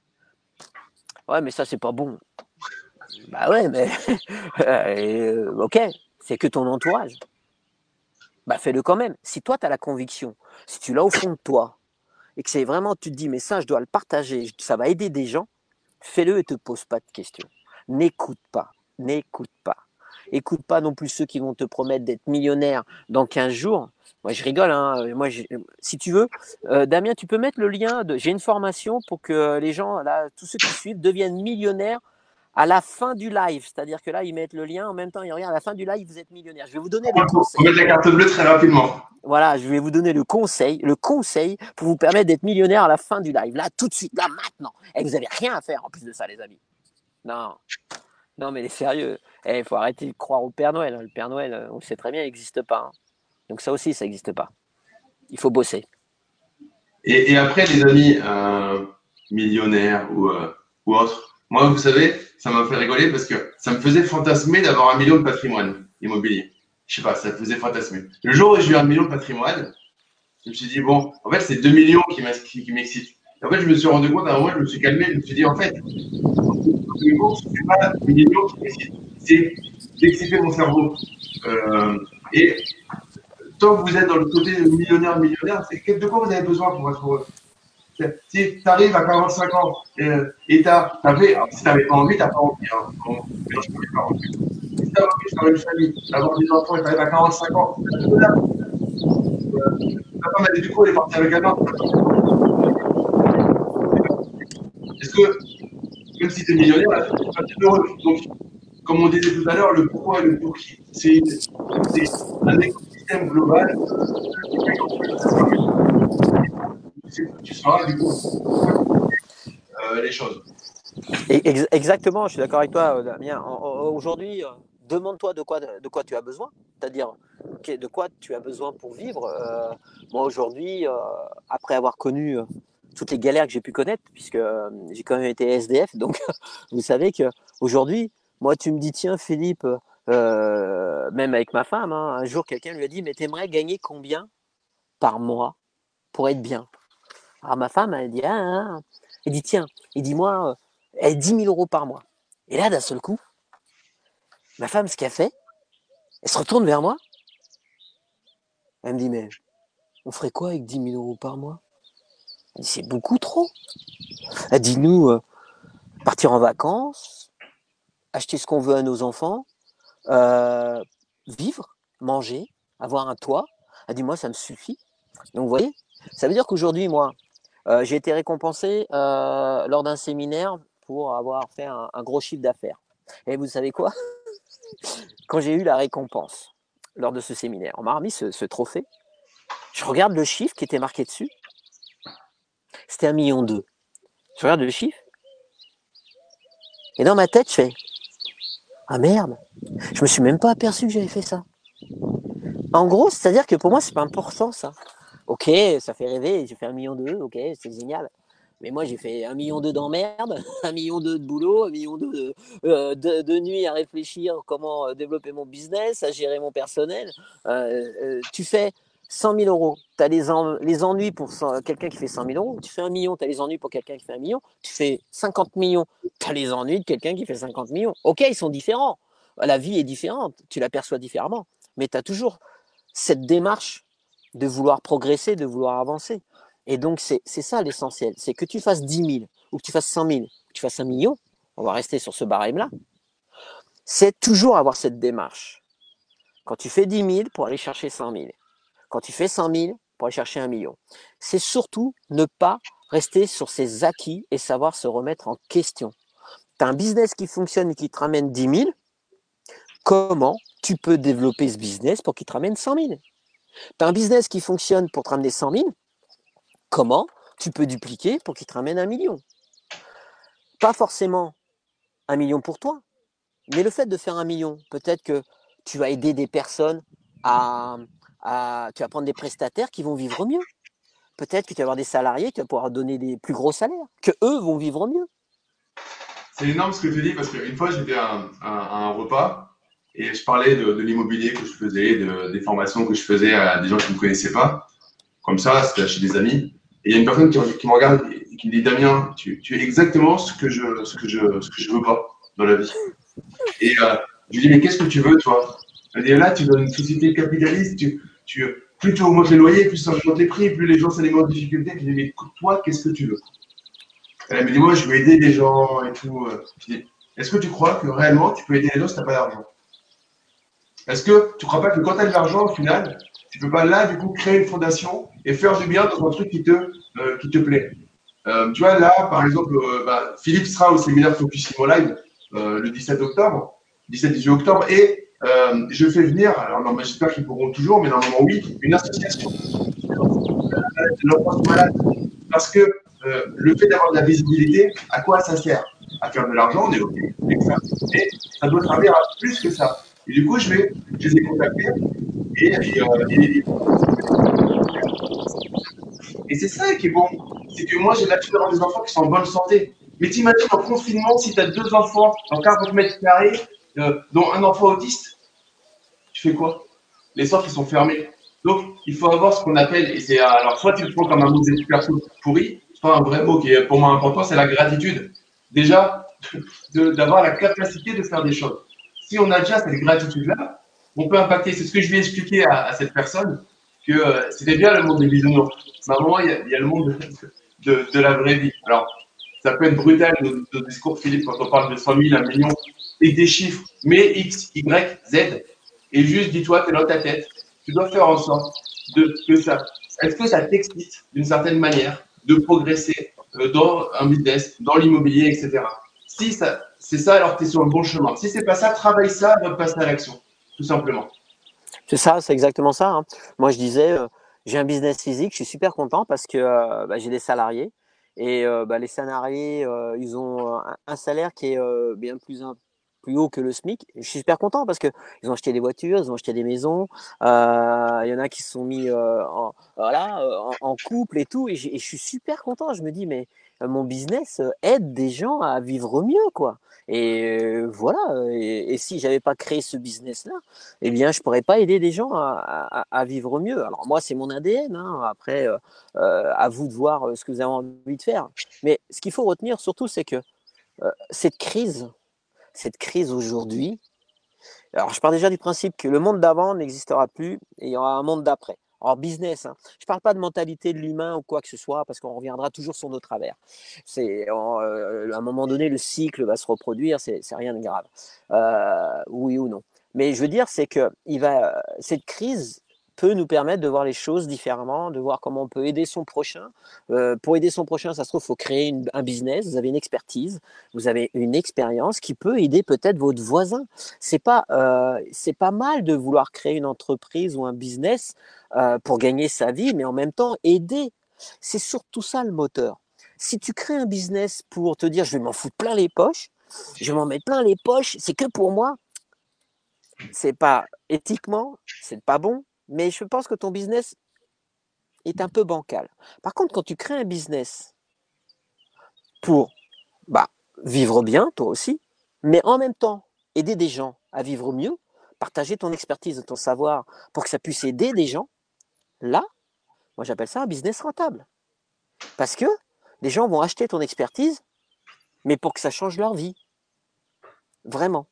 ouais, mais ça, c'est pas bon. Bah ouais, mais, euh, ok, c'est que ton entourage. Bah fais-le quand même. Si toi, tu as la conviction, si tu l'as au fond de toi, et que c'est vraiment, tu te dis, mais ça, je dois le partager, ça va aider des gens, fais-le et ne te pose pas de questions. N'écoute pas, n'écoute pas. Écoute pas non plus ceux qui vont te promettre d'être millionnaire dans quinze jours. Moi, je rigole. Hein. Moi, je, si tu veux, euh, Damien, tu peux mettre le lien. De, j'ai une formation pour que les gens, là, tous ceux qui suivent, deviennent millionnaires à la fin du live. C'est-à-dire que là, ils mettent le lien en même temps. Ils regardent à la fin du live, vous êtes millionnaire. Je vais vous donner le conseil. On va mettre la carte bleue très rapidement. Voilà, je vais vous donner le conseil, le conseil pour vous permettre d'être millionnaire à la fin du live. Là, tout de suite, là, maintenant. Et vous n'avez rien à faire en plus de ça, les amis. Non. Non, mais les sérieux, il eh, faut arrêter de croire au Père Noël. Le Père Noël, on le sait très bien, il n'existe pas. Hein. Donc ça aussi, ça n'existe pas. Il faut bosser. Et, et après, les amis euh, millionnaires ou, euh, ou autres, moi, vous savez, ça m'a fait rigoler parce que ça me faisait fantasmer d'avoir un million de patrimoine immobilier. Je sais pas, ça me faisait fantasmer. Le jour où j'ai eu un million de patrimoine, je me suis dit, bon, en fait, c'est deux millions qui m'excitent. En fait, je me suis rendu compte, à un moment, je me suis calmé, je me suis dit, en fait, ce n'est pas les millions qui décident, c'est d'exciter mon cerveau. Euh, et tant que vous êtes dans le côté millionnaire, millionnaire, c'est de quoi vous avez besoin pour être heureux? Si tu arrives à quarante-cinq ans euh, et tu as, fait, alors, si tu n'avais pas envie, tu n'as pas envie. Hein, bon, mais je pas envie. Si tu as envie de faire une famille, d'avoir des enfants et tu arrives à quarante-cinq ans, ta femme, elle, du coup, elle est partie avec un autre. Est-ce que, même si tu es millionnaire, là, tu pas heureux. Donc, comme on disait tout à l'heure, le pourquoi et le pour qui, c'est un écosystème global. Tu sauras, du coup, euh, les choses. Exactement, je suis d'accord avec toi, Damien. Aujourd'hui, demande-toi de quoi, de quoi tu as besoin, c'est-à-dire de quoi tu as besoin pour vivre. Euh, moi, aujourd'hui, euh, après avoir connu toutes les galères que j'ai pu connaître, puisque j'ai quand même été S D F, donc vous savez qu'aujourd'hui, moi, tu me dis, tiens, Philippe, euh, même avec ma femme, hein, un jour, quelqu'un lui a dit, mais t'aimerais gagner combien par mois pour être bien? Alors ma femme, elle dit, ah, ah. Elle dit, tiens, il dit, moi, elle dix mille euros par mois. Et là, d'un seul coup, ma femme, ce qu'elle fait, elle se retourne vers moi. Elle me dit, mais on ferait quoi avec dix mille euros par mois? Elle dit, c'est beaucoup trop. Elle dit, nous, euh, partir en vacances, acheter ce qu'on veut à nos enfants, euh, vivre, manger, avoir un toit. Elle dit, moi, ça me suffit. Donc, vous voyez, ça veut dire qu'aujourd'hui, moi, euh, j'ai été récompensé euh, lors d'un séminaire pour avoir fait un, un gros chiffre d'affaires. Et vous savez quoi? Quand j'ai eu la récompense lors de ce séminaire, on m'a remis ce, ce trophée. Je regarde le chiffre qui était marqué dessus. C'était un million deux. Je regarde le chiffre. Et dans ma tête, je fais ah merde, je me suis même pas aperçu que j'avais fait ça. En gros, c'est-à-dire que pour moi, c'est pas important ça. Ok, ça fait rêver, j'ai fait un million deux, ok, c'est génial. Mais moi, j'ai fait un million deux d'emmerde, un million deux de boulot, un million deux de, euh, de, de nuit à réfléchir comment développer mon business, à gérer mon personnel. Euh, euh, tu fais cent mille euros, tu as les, en, les ennuis pour quelqu'un qui fait cent mille euros. Tu fais un million, tu as les ennuis pour quelqu'un qui fait un million. Tu fais cinquante millions, tu as les ennuis de quelqu'un qui fait cinquante millions. Ok, ils sont différents. La vie est différente, tu l'aperçois différemment. Mais tu as toujours cette démarche de vouloir progresser, de vouloir avancer. Et donc, c'est ça l'essentiel. C'est que tu fasses dix mille, ou que tu fasses cent mille, ou que tu fasses un million, on va rester sur ce barème-là, c'est toujours avoir cette démarche. Quand tu fais dix mille pour aller chercher cent mille, quand tu fais cent mille pour aller chercher un million, c'est surtout ne pas rester sur ses acquis et savoir se remettre en question. Tu as un business qui fonctionne et qui te ramène dix mille, comment tu peux développer ce business pour qu'il te ramène cent mille? Tu as un business qui fonctionne pour te ramener cent mille, comment tu peux dupliquer pour qu'il te ramène un million? Pas forcément un million pour toi, mais le fait de faire un million, peut-être que tu vas aider des personnes à, à… Tu vas prendre des prestataires qui vont vivre mieux. Peut-être que tu vas avoir des salariés, tu vas pouvoir donner des plus gros salaires, que eux vont vivre mieux. C'est énorme ce que tu dis, parce qu'une fois, j'étais à, à, à un repas et je parlais de, de l'immobilier que je faisais, de, des formations que je faisais à des gens qui ne me connaissaient pas. Comme ça, c'était chez des amis. Et il y a une personne qui, qui me regarde et qui me dit, Damien, tu, tu es exactement ce que je ce que je, ce que je veux pas dans la vie. Et euh, je lui dis, mais qu'est-ce que tu veux, toi? Elle dit, là, tu es dans une société capitaliste, tu, tu, plus tu augmentes les loyers, plus ça augmente les prix, plus les gens s'alimentent en difficulté. Je lui dis, mais toi, qu'est-ce que tu veux? Elle me dit, moi, je veux aider les gens et tout. Je dis, est-ce que tu crois que réellement, tu peux aider les gens si tu n'as pas d'argent? Est-ce que tu ne crois pas que quand tu as de l'argent, au final, tu ne peux pas là, du coup, créer une fondation et faire du bien dans un truc qui te, euh, qui te plaît? euh, Tu vois, là, par exemple, euh, bah, Philippe sera au séminaire Focus Imo Live euh, le dix-sept octobre, dix-sept dix-huit octobre, et euh, je fais venir, alors non, j'espère qu'ils pourront toujours, mais normalement oui, une association de l'enfance malade. Parce que euh, le fait d'avoir de la visibilité, à quoi ça sert? À faire de l'argent, on est OK, mais ça doit servir à plus que ça. Et du coup, je, vais, je les ai contactés et, et, euh, et, et c'est ça qui est bon. C'est que moi, j'ai l'habitude d'avoir des enfants qui sont en bonne santé. Mais t'imagines en confinement, si tu as deux enfants dans quarante mètres carrés, euh, dont un enfant autiste, tu fais quoi? Les centres, ils sont fermés. Donc, il faut avoir ce qu'on appelle, et c'est alors soit tu le prends comme un mauvais perso pourri, enfin, un vrai mot qui est pour moi important, c'est la gratitude. Déjà, d'avoir la capacité de faire des choses. Si on a déjà cette gratitude-là, on peut impacter. C'est ce que je vais expliquer à, à cette personne, que euh, c'était bien le monde des bisounours. Mais à un moment, il y a, il y a le monde de, de, de, la vraie vie. Alors, ça peut être brutal, notre, notre discours, Philippe, quand on parle de cent mille, un million, et des chiffres, mais X, Y, Z. Et juste, dis-toi, tu es dans ta tête. Tu dois faire en sorte de, que ça. Est-ce que ça t'excite d'une certaine manière de progresser euh, dans un business, dans l'immobilier, et cetera. Si ça, c'est ça, alors tu es sur le bon chemin. Si c'est pas ça, travaille ça avant de passer à l'action, tout simplement. C'est ça, c'est exactement ça. Hein. Moi, je disais, euh, j'ai un business physique, je suis super content parce que euh, bah, j'ai des salariés et euh, bah, les salariés, euh, ils ont un, un salaire qui est euh, bien plus, un, plus haut que le SMIC. Et je suis super content parce que ils ont acheté des voitures, ils ont acheté des maisons. Euh, il y en a qui se sont mis euh, en, voilà, en, en couple et tout. Et, et je suis super content. Je me dis, mais euh, mon business euh, aide des gens à vivre mieux, quoi. Et euh, voilà. Et, et si j'avais pas créé ce business-là, eh bien, je pourrais pas aider des gens à, à, à vivre mieux. Alors moi, c'est mon A D N. Hein. Après, euh, euh, à vous de voir ce que vous avez envie de faire. Mais ce qu'il faut retenir surtout, c'est que euh, cette crise, cette crise aujourd'hui, alors je pars déjà du principe que le monde d'avant n'existera plus et il y aura un monde d'après. Alors business, hein. Je ne parle pas de mentalité de l'humain ou quoi que ce soit parce qu'on reviendra toujours sur nos travers. C'est, euh, à un moment donné, le cycle va se reproduire, c'est, c'est rien de grave, euh, oui ou non. Mais je veux dire, c'est que il va, cette crise peut nous permettre de voir les choses différemment, de voir comment on peut aider son prochain. Euh, pour aider son prochain, ça se trouve, il faut créer une, un business. Vous avez une expertise, vous avez une expérience qui peut aider peut-être votre voisin. C'est pas, euh, c'est pas mal de vouloir créer une entreprise ou un business euh, pour gagner sa vie, mais en même temps aider. C'est surtout ça le moteur. Si tu crées un business pour te dire, je vais m'en foutre plein les poches, je vais m'en mettre plein les poches, c'est que pour moi, c'est pas éthiquement, c'est pas bon, mais je pense que ton business est un peu bancal. Par contre, quand tu crées un business pour bah, vivre bien, toi aussi, mais en même temps aider des gens à vivre mieux, partager ton expertise, ton savoir pour que ça puisse aider des gens, là, moi j'appelle ça un business rentable. Parce que les gens vont acheter ton expertise, mais pour que ça change leur vie. Vraiment.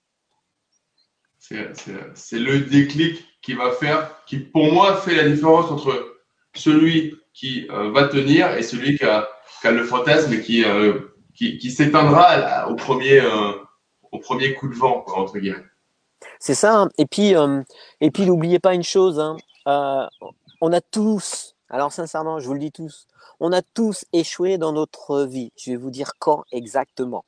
C'est, c'est, c'est le déclic qui va faire, qui pour moi fait la différence entre celui qui euh, va tenir et celui qui a, qui a le fantasme et qui, euh, qui, qui s'éteindra là, au, premier, euh, au premier coup de vent, quoi, entre guillemets. C'est ça. Hein. Et puis, euh, et puis n'oubliez pas une chose. Hein. Euh, on a tous, alors sincèrement, je vous le dis tous, on a tous échoué dans notre vie. Je vais vous dire quand exactement.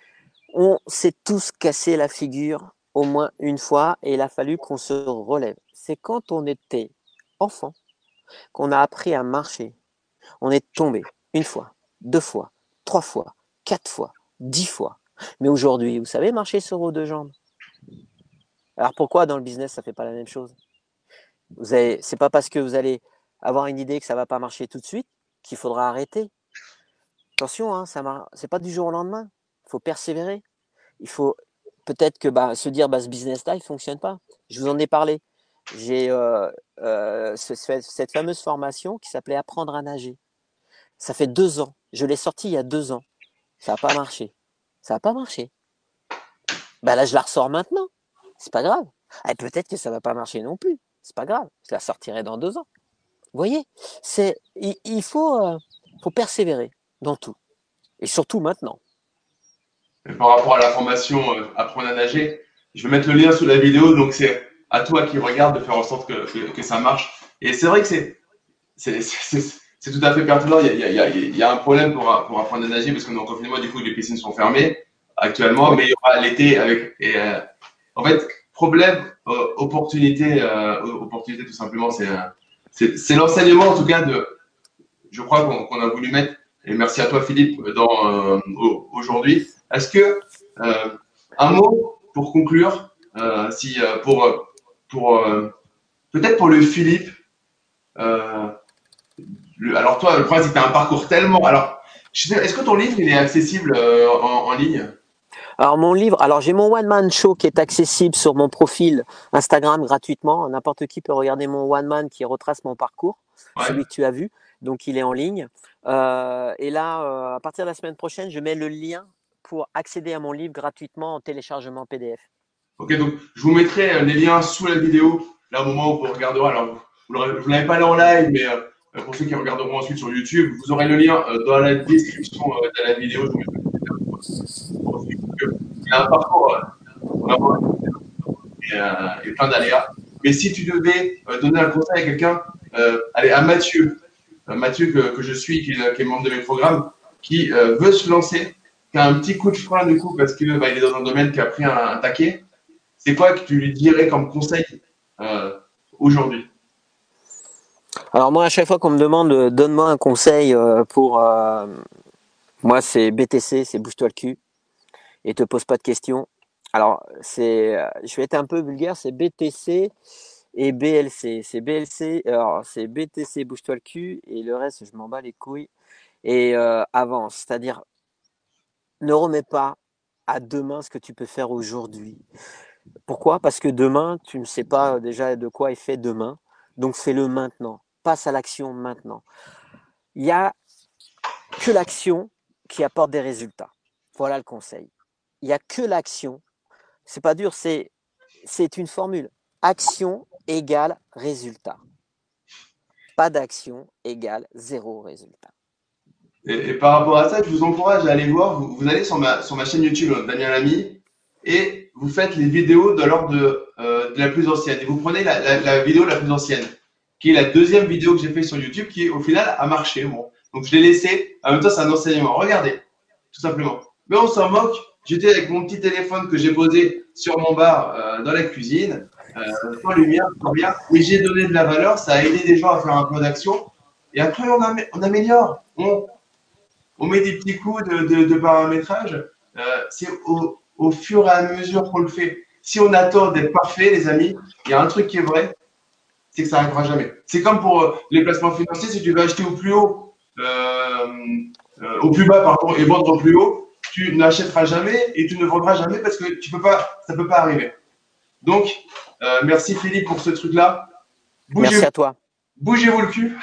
On s'est tous cassé la figure au moins une fois et il a fallu qu'on se relève. C'est quand on était enfant qu'on a appris à marcher. On est tombé une fois, deux fois, trois fois, quatre fois, dix fois. Mais aujourd'hui, vous savez marcher sur vos deux jambes. Alors pourquoi dans le business, ça ne fait pas la même chose? Vous avez, c'est pas parce que vous allez avoir une idée que ça ne va pas marcher tout de suite qu'il faudra arrêter. Attention, hein, ça mar... c'est pas du jour au lendemain. Il faut persévérer. Il faut peut-être que bah, se dire bah, ce business-là, il ne fonctionne pas. Je vous en ai parlé. J'ai euh, euh, ce, cette fameuse formation qui s'appelait Apprendre à nager. Ça fait deux ans. Je l'ai sortie il y a deux ans. Ça n'a pas marché. Ça n'a pas marché. Bah là, je la ressors maintenant. C'est pas grave. Et peut-être que ça ne va pas marcher non plus. C'est pas grave. Je la sortirai dans deux ans. Vous voyez, c'est, il, il faut, euh, faut persévérer dans tout. Et surtout maintenant. Et par rapport à la formation euh, Apprendre à nager, je vais mettre le lien sous la vidéo, donc c'est à toi qui regarde de faire en sorte que, que, que ça marche. Et c'est vrai que c'est, c'est, c'est, c'est tout à fait pertinent. Il y a, il y a, il y a un problème pour, pour apprendre à nager parce qu'on est en confinement, du coup, les piscines sont fermées actuellement, mais il y aura l'été avec. Et, euh, en fait, problème, euh, opportunité, euh, opportunité tout simplement, c'est, euh, c'est, c'est l'enseignement en tout cas de, je crois qu'on, qu'on a voulu mettre. Et merci à toi Philippe dans, euh, aujourd'hui. Est-ce que euh, un mot pour conclure, euh, si euh, pour pour euh, peut-être pour le Philippe. Euh, le, alors toi, le problème c'est que tu as un parcours tellement. Alors, est-ce que ton livre il est accessible euh, en, en ligne? Alors mon livre, alors j'ai mon One Man Show qui est accessible sur mon profil Instagram gratuitement. N'importe qui peut regarder mon One Man qui retrace mon parcours, Ouais. celui que tu as vu. Donc il est en ligne. Euh, et là, euh, à partir de la semaine prochaine, je mets le lien pour accéder à mon livre gratuitement en téléchargement P D F. Ok, donc je vous mettrai euh, les liens sous la vidéo, là au moment où vous regarderez. Alors, vous ne l'avez pas là en live, mais euh, pour ceux qui regarderont ensuite sur YouTube, vous aurez le lien euh, dans la description euh, de la vidéo. Je vous mettrai le lien pour suivre, parce que il y a un parcours euh, vraiment et, euh, et plein d'aléas. Mais si tu devais euh, donner un conseil à quelqu'un, euh, allez, à Mathieu, euh, Mathieu que, que je suis, qui est, qui est membre de mes programmes, qui euh, veut se lancer, qui a un petit coup de frein du coup parce qu'il bah, est dans un domaine qui a pris un, un taquet. C'est quoi que tu lui dirais comme conseil euh, aujourd'hui? Alors moi, à chaque fois qu'on me demande euh, donne-moi un conseil euh, pour euh, moi, c'est B T C, c'est bouge-toi le cul et te pose pas de questions. Alors c'est, euh, je vais être un peu vulgaire, c'est B T C et B L C. C'est B L C, alors c'est B T C, bouge-toi le cul et le reste, je m'en bats les couilles et euh, avance. C'est-à-dire, ne remets pas à demain ce que tu peux faire aujourd'hui. Pourquoi? Parce que demain, tu ne sais pas déjà de quoi est fait demain. Donc fais-le maintenant. Passe à l'action maintenant. Il n'y a que l'action qui apporte des résultats. Voilà le conseil. Il n'y a que l'action. C'est pas dur, c'est, c'est une formule. Action égale résultat. Pas d'action égale zéro résultat. Et, et par rapport à ça, je vous encourage à aller voir. Vous, vous allez sur ma, sur ma chaîne YouTube, Damien Lamy, et vous faites les vidéos de l'ordre de, euh, de la plus ancienne. Et vous prenez la, la, la vidéo la plus ancienne, qui est la deuxième vidéo que j'ai fait sur YouTube, qui au final a marché. Bon. Donc je l'ai laissé. En même temps, c'est un enseignement. Regardez, tout simplement. Mais on s'en moque. J'étais avec mon petit téléphone que j'ai posé sur mon bar euh, dans la cuisine, euh, sans lumière, sans rien. Et j'ai donné de la valeur. Ça a aidé des gens à faire un peu d'action. Et après, on, am on améliore. On, on met des petits coups de, de, de paramétrage. Euh, c'est au, au fur et à mesure qu'on le fait. Si on attend d'être parfait, les amis, il y a un truc qui est vrai, c'est que ça n'arrivera jamais. C'est comme pour euh, les placements financiers, si tu veux acheter au plus haut, euh, euh, au plus bas, pardon, et vendre au plus haut, tu n'achèteras jamais et tu ne vendras jamais parce que tu peux pas, ça ne peut pas arriver. Donc, euh, merci Philippe pour ce truc-là. Merci à toi. Bougez-vous le cul.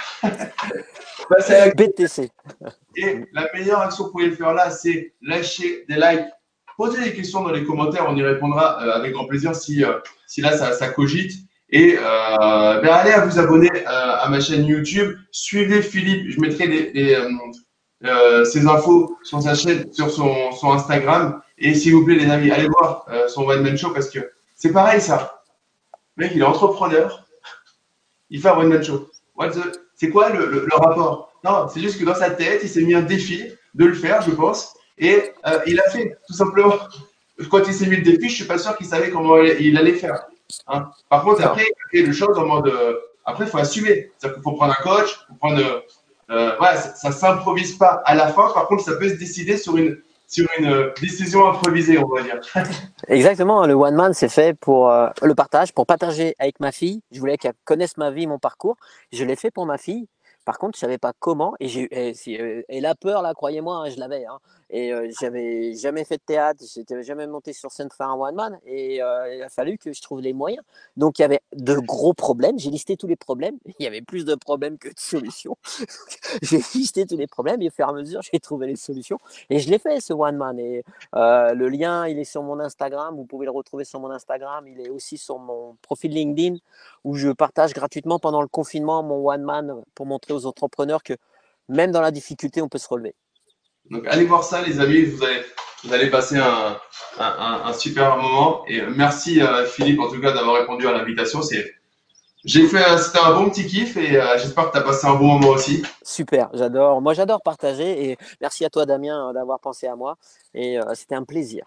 Passez à la... B T C. Et la meilleure action que vous pouvez faire là, c'est lâcher des likes. Posez des questions dans les commentaires, on y répondra euh, avec grand plaisir si, euh, si là ça, ça cogite. Et euh, ben allez à vous abonner euh, à ma chaîne YouTube. Suivez Philippe, je mettrai les, les, euh, euh, ses infos sur sa chaîne, sur son, son Instagram. Et s'il vous plaît, les amis, allez voir euh, son One Man Show parce que c'est pareil ça. Le mec, il est entrepreneur, il fait un One Man Show. C'est quoi le, le, le rapport? Non, c'est juste que dans sa tête, il s'est mis un défi de le faire, je pense. Et euh, il a fait, tout simplement. Quand il s'est mis le défi, je ne suis pas sûr qu'il savait comment il allait faire. Hein. Par contre, après, il fait les choses en mode. Euh, après, il faut assumer. C'est-à-dire qu'il faut prendre un coach, il faut prendre. Euh, voilà, ça ne s'improvise pas à la fin. Par contre, ça peut se décider sur une, sur une décision improvisée, on va dire. Exactement. Le One Man, c'est fait pour euh, le partage, pour partager avec ma fille. Je voulais qu'elle connaisse ma vie, mon parcours. Je l'ai fait pour ma fille. Par contre, je ne savais pas comment. Et, j'ai, et, et la peur, là, croyez-moi, hein, je l'avais. Hein. Et euh, j'avais jamais fait de théâtre, je n'étais jamais monté sur scène faire un one man. Et euh, il a fallu que je trouve les moyens. Donc, il y avait de gros problèmes. J'ai listé tous les problèmes. Il y avait plus de problèmes que de solutions. J'ai listé tous les problèmes et au fur et à mesure, j'ai trouvé les solutions. Et je l'ai fait, ce one man. Et euh, le lien, il est sur mon Instagram. Vous pouvez le retrouver sur mon Instagram. Il est aussi sur mon profil LinkedIn où je partage gratuitement pendant le confinement mon one man pour montrer aux entrepreneurs que même dans la difficulté, on peut se relever. Donc, allez voir ça, les amis. Vous allez, vous allez passer un, un, un super moment. Et merci, euh, Philippe, en tout cas, d'avoir répondu à l'invitation. C'est, j'ai fait, c'était un bon petit kiff et euh, j'espère que tu as passé un bon moment aussi. Super, j'adore. Moi, j'adore partager et merci à toi, Damien, d'avoir pensé à moi. Et euh, c'était un plaisir.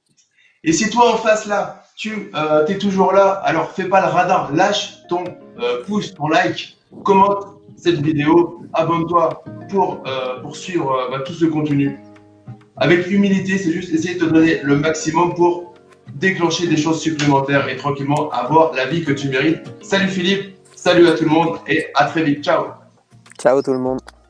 Et si toi, en face, là, tu euh, es toujours là, alors fais pas le radin. Lâche ton euh, pouce, ton like, commente cette vidéo, abonne-toi pour euh, poursuivre euh, bah, tout ce contenu. Avec humilité, c'est juste essayer de te donner le maximum pour déclencher des choses supplémentaires et tranquillement avoir la vie que tu mérites. Salut Philippe, salut à tout le monde et à très vite. Ciao. Ciao tout le monde.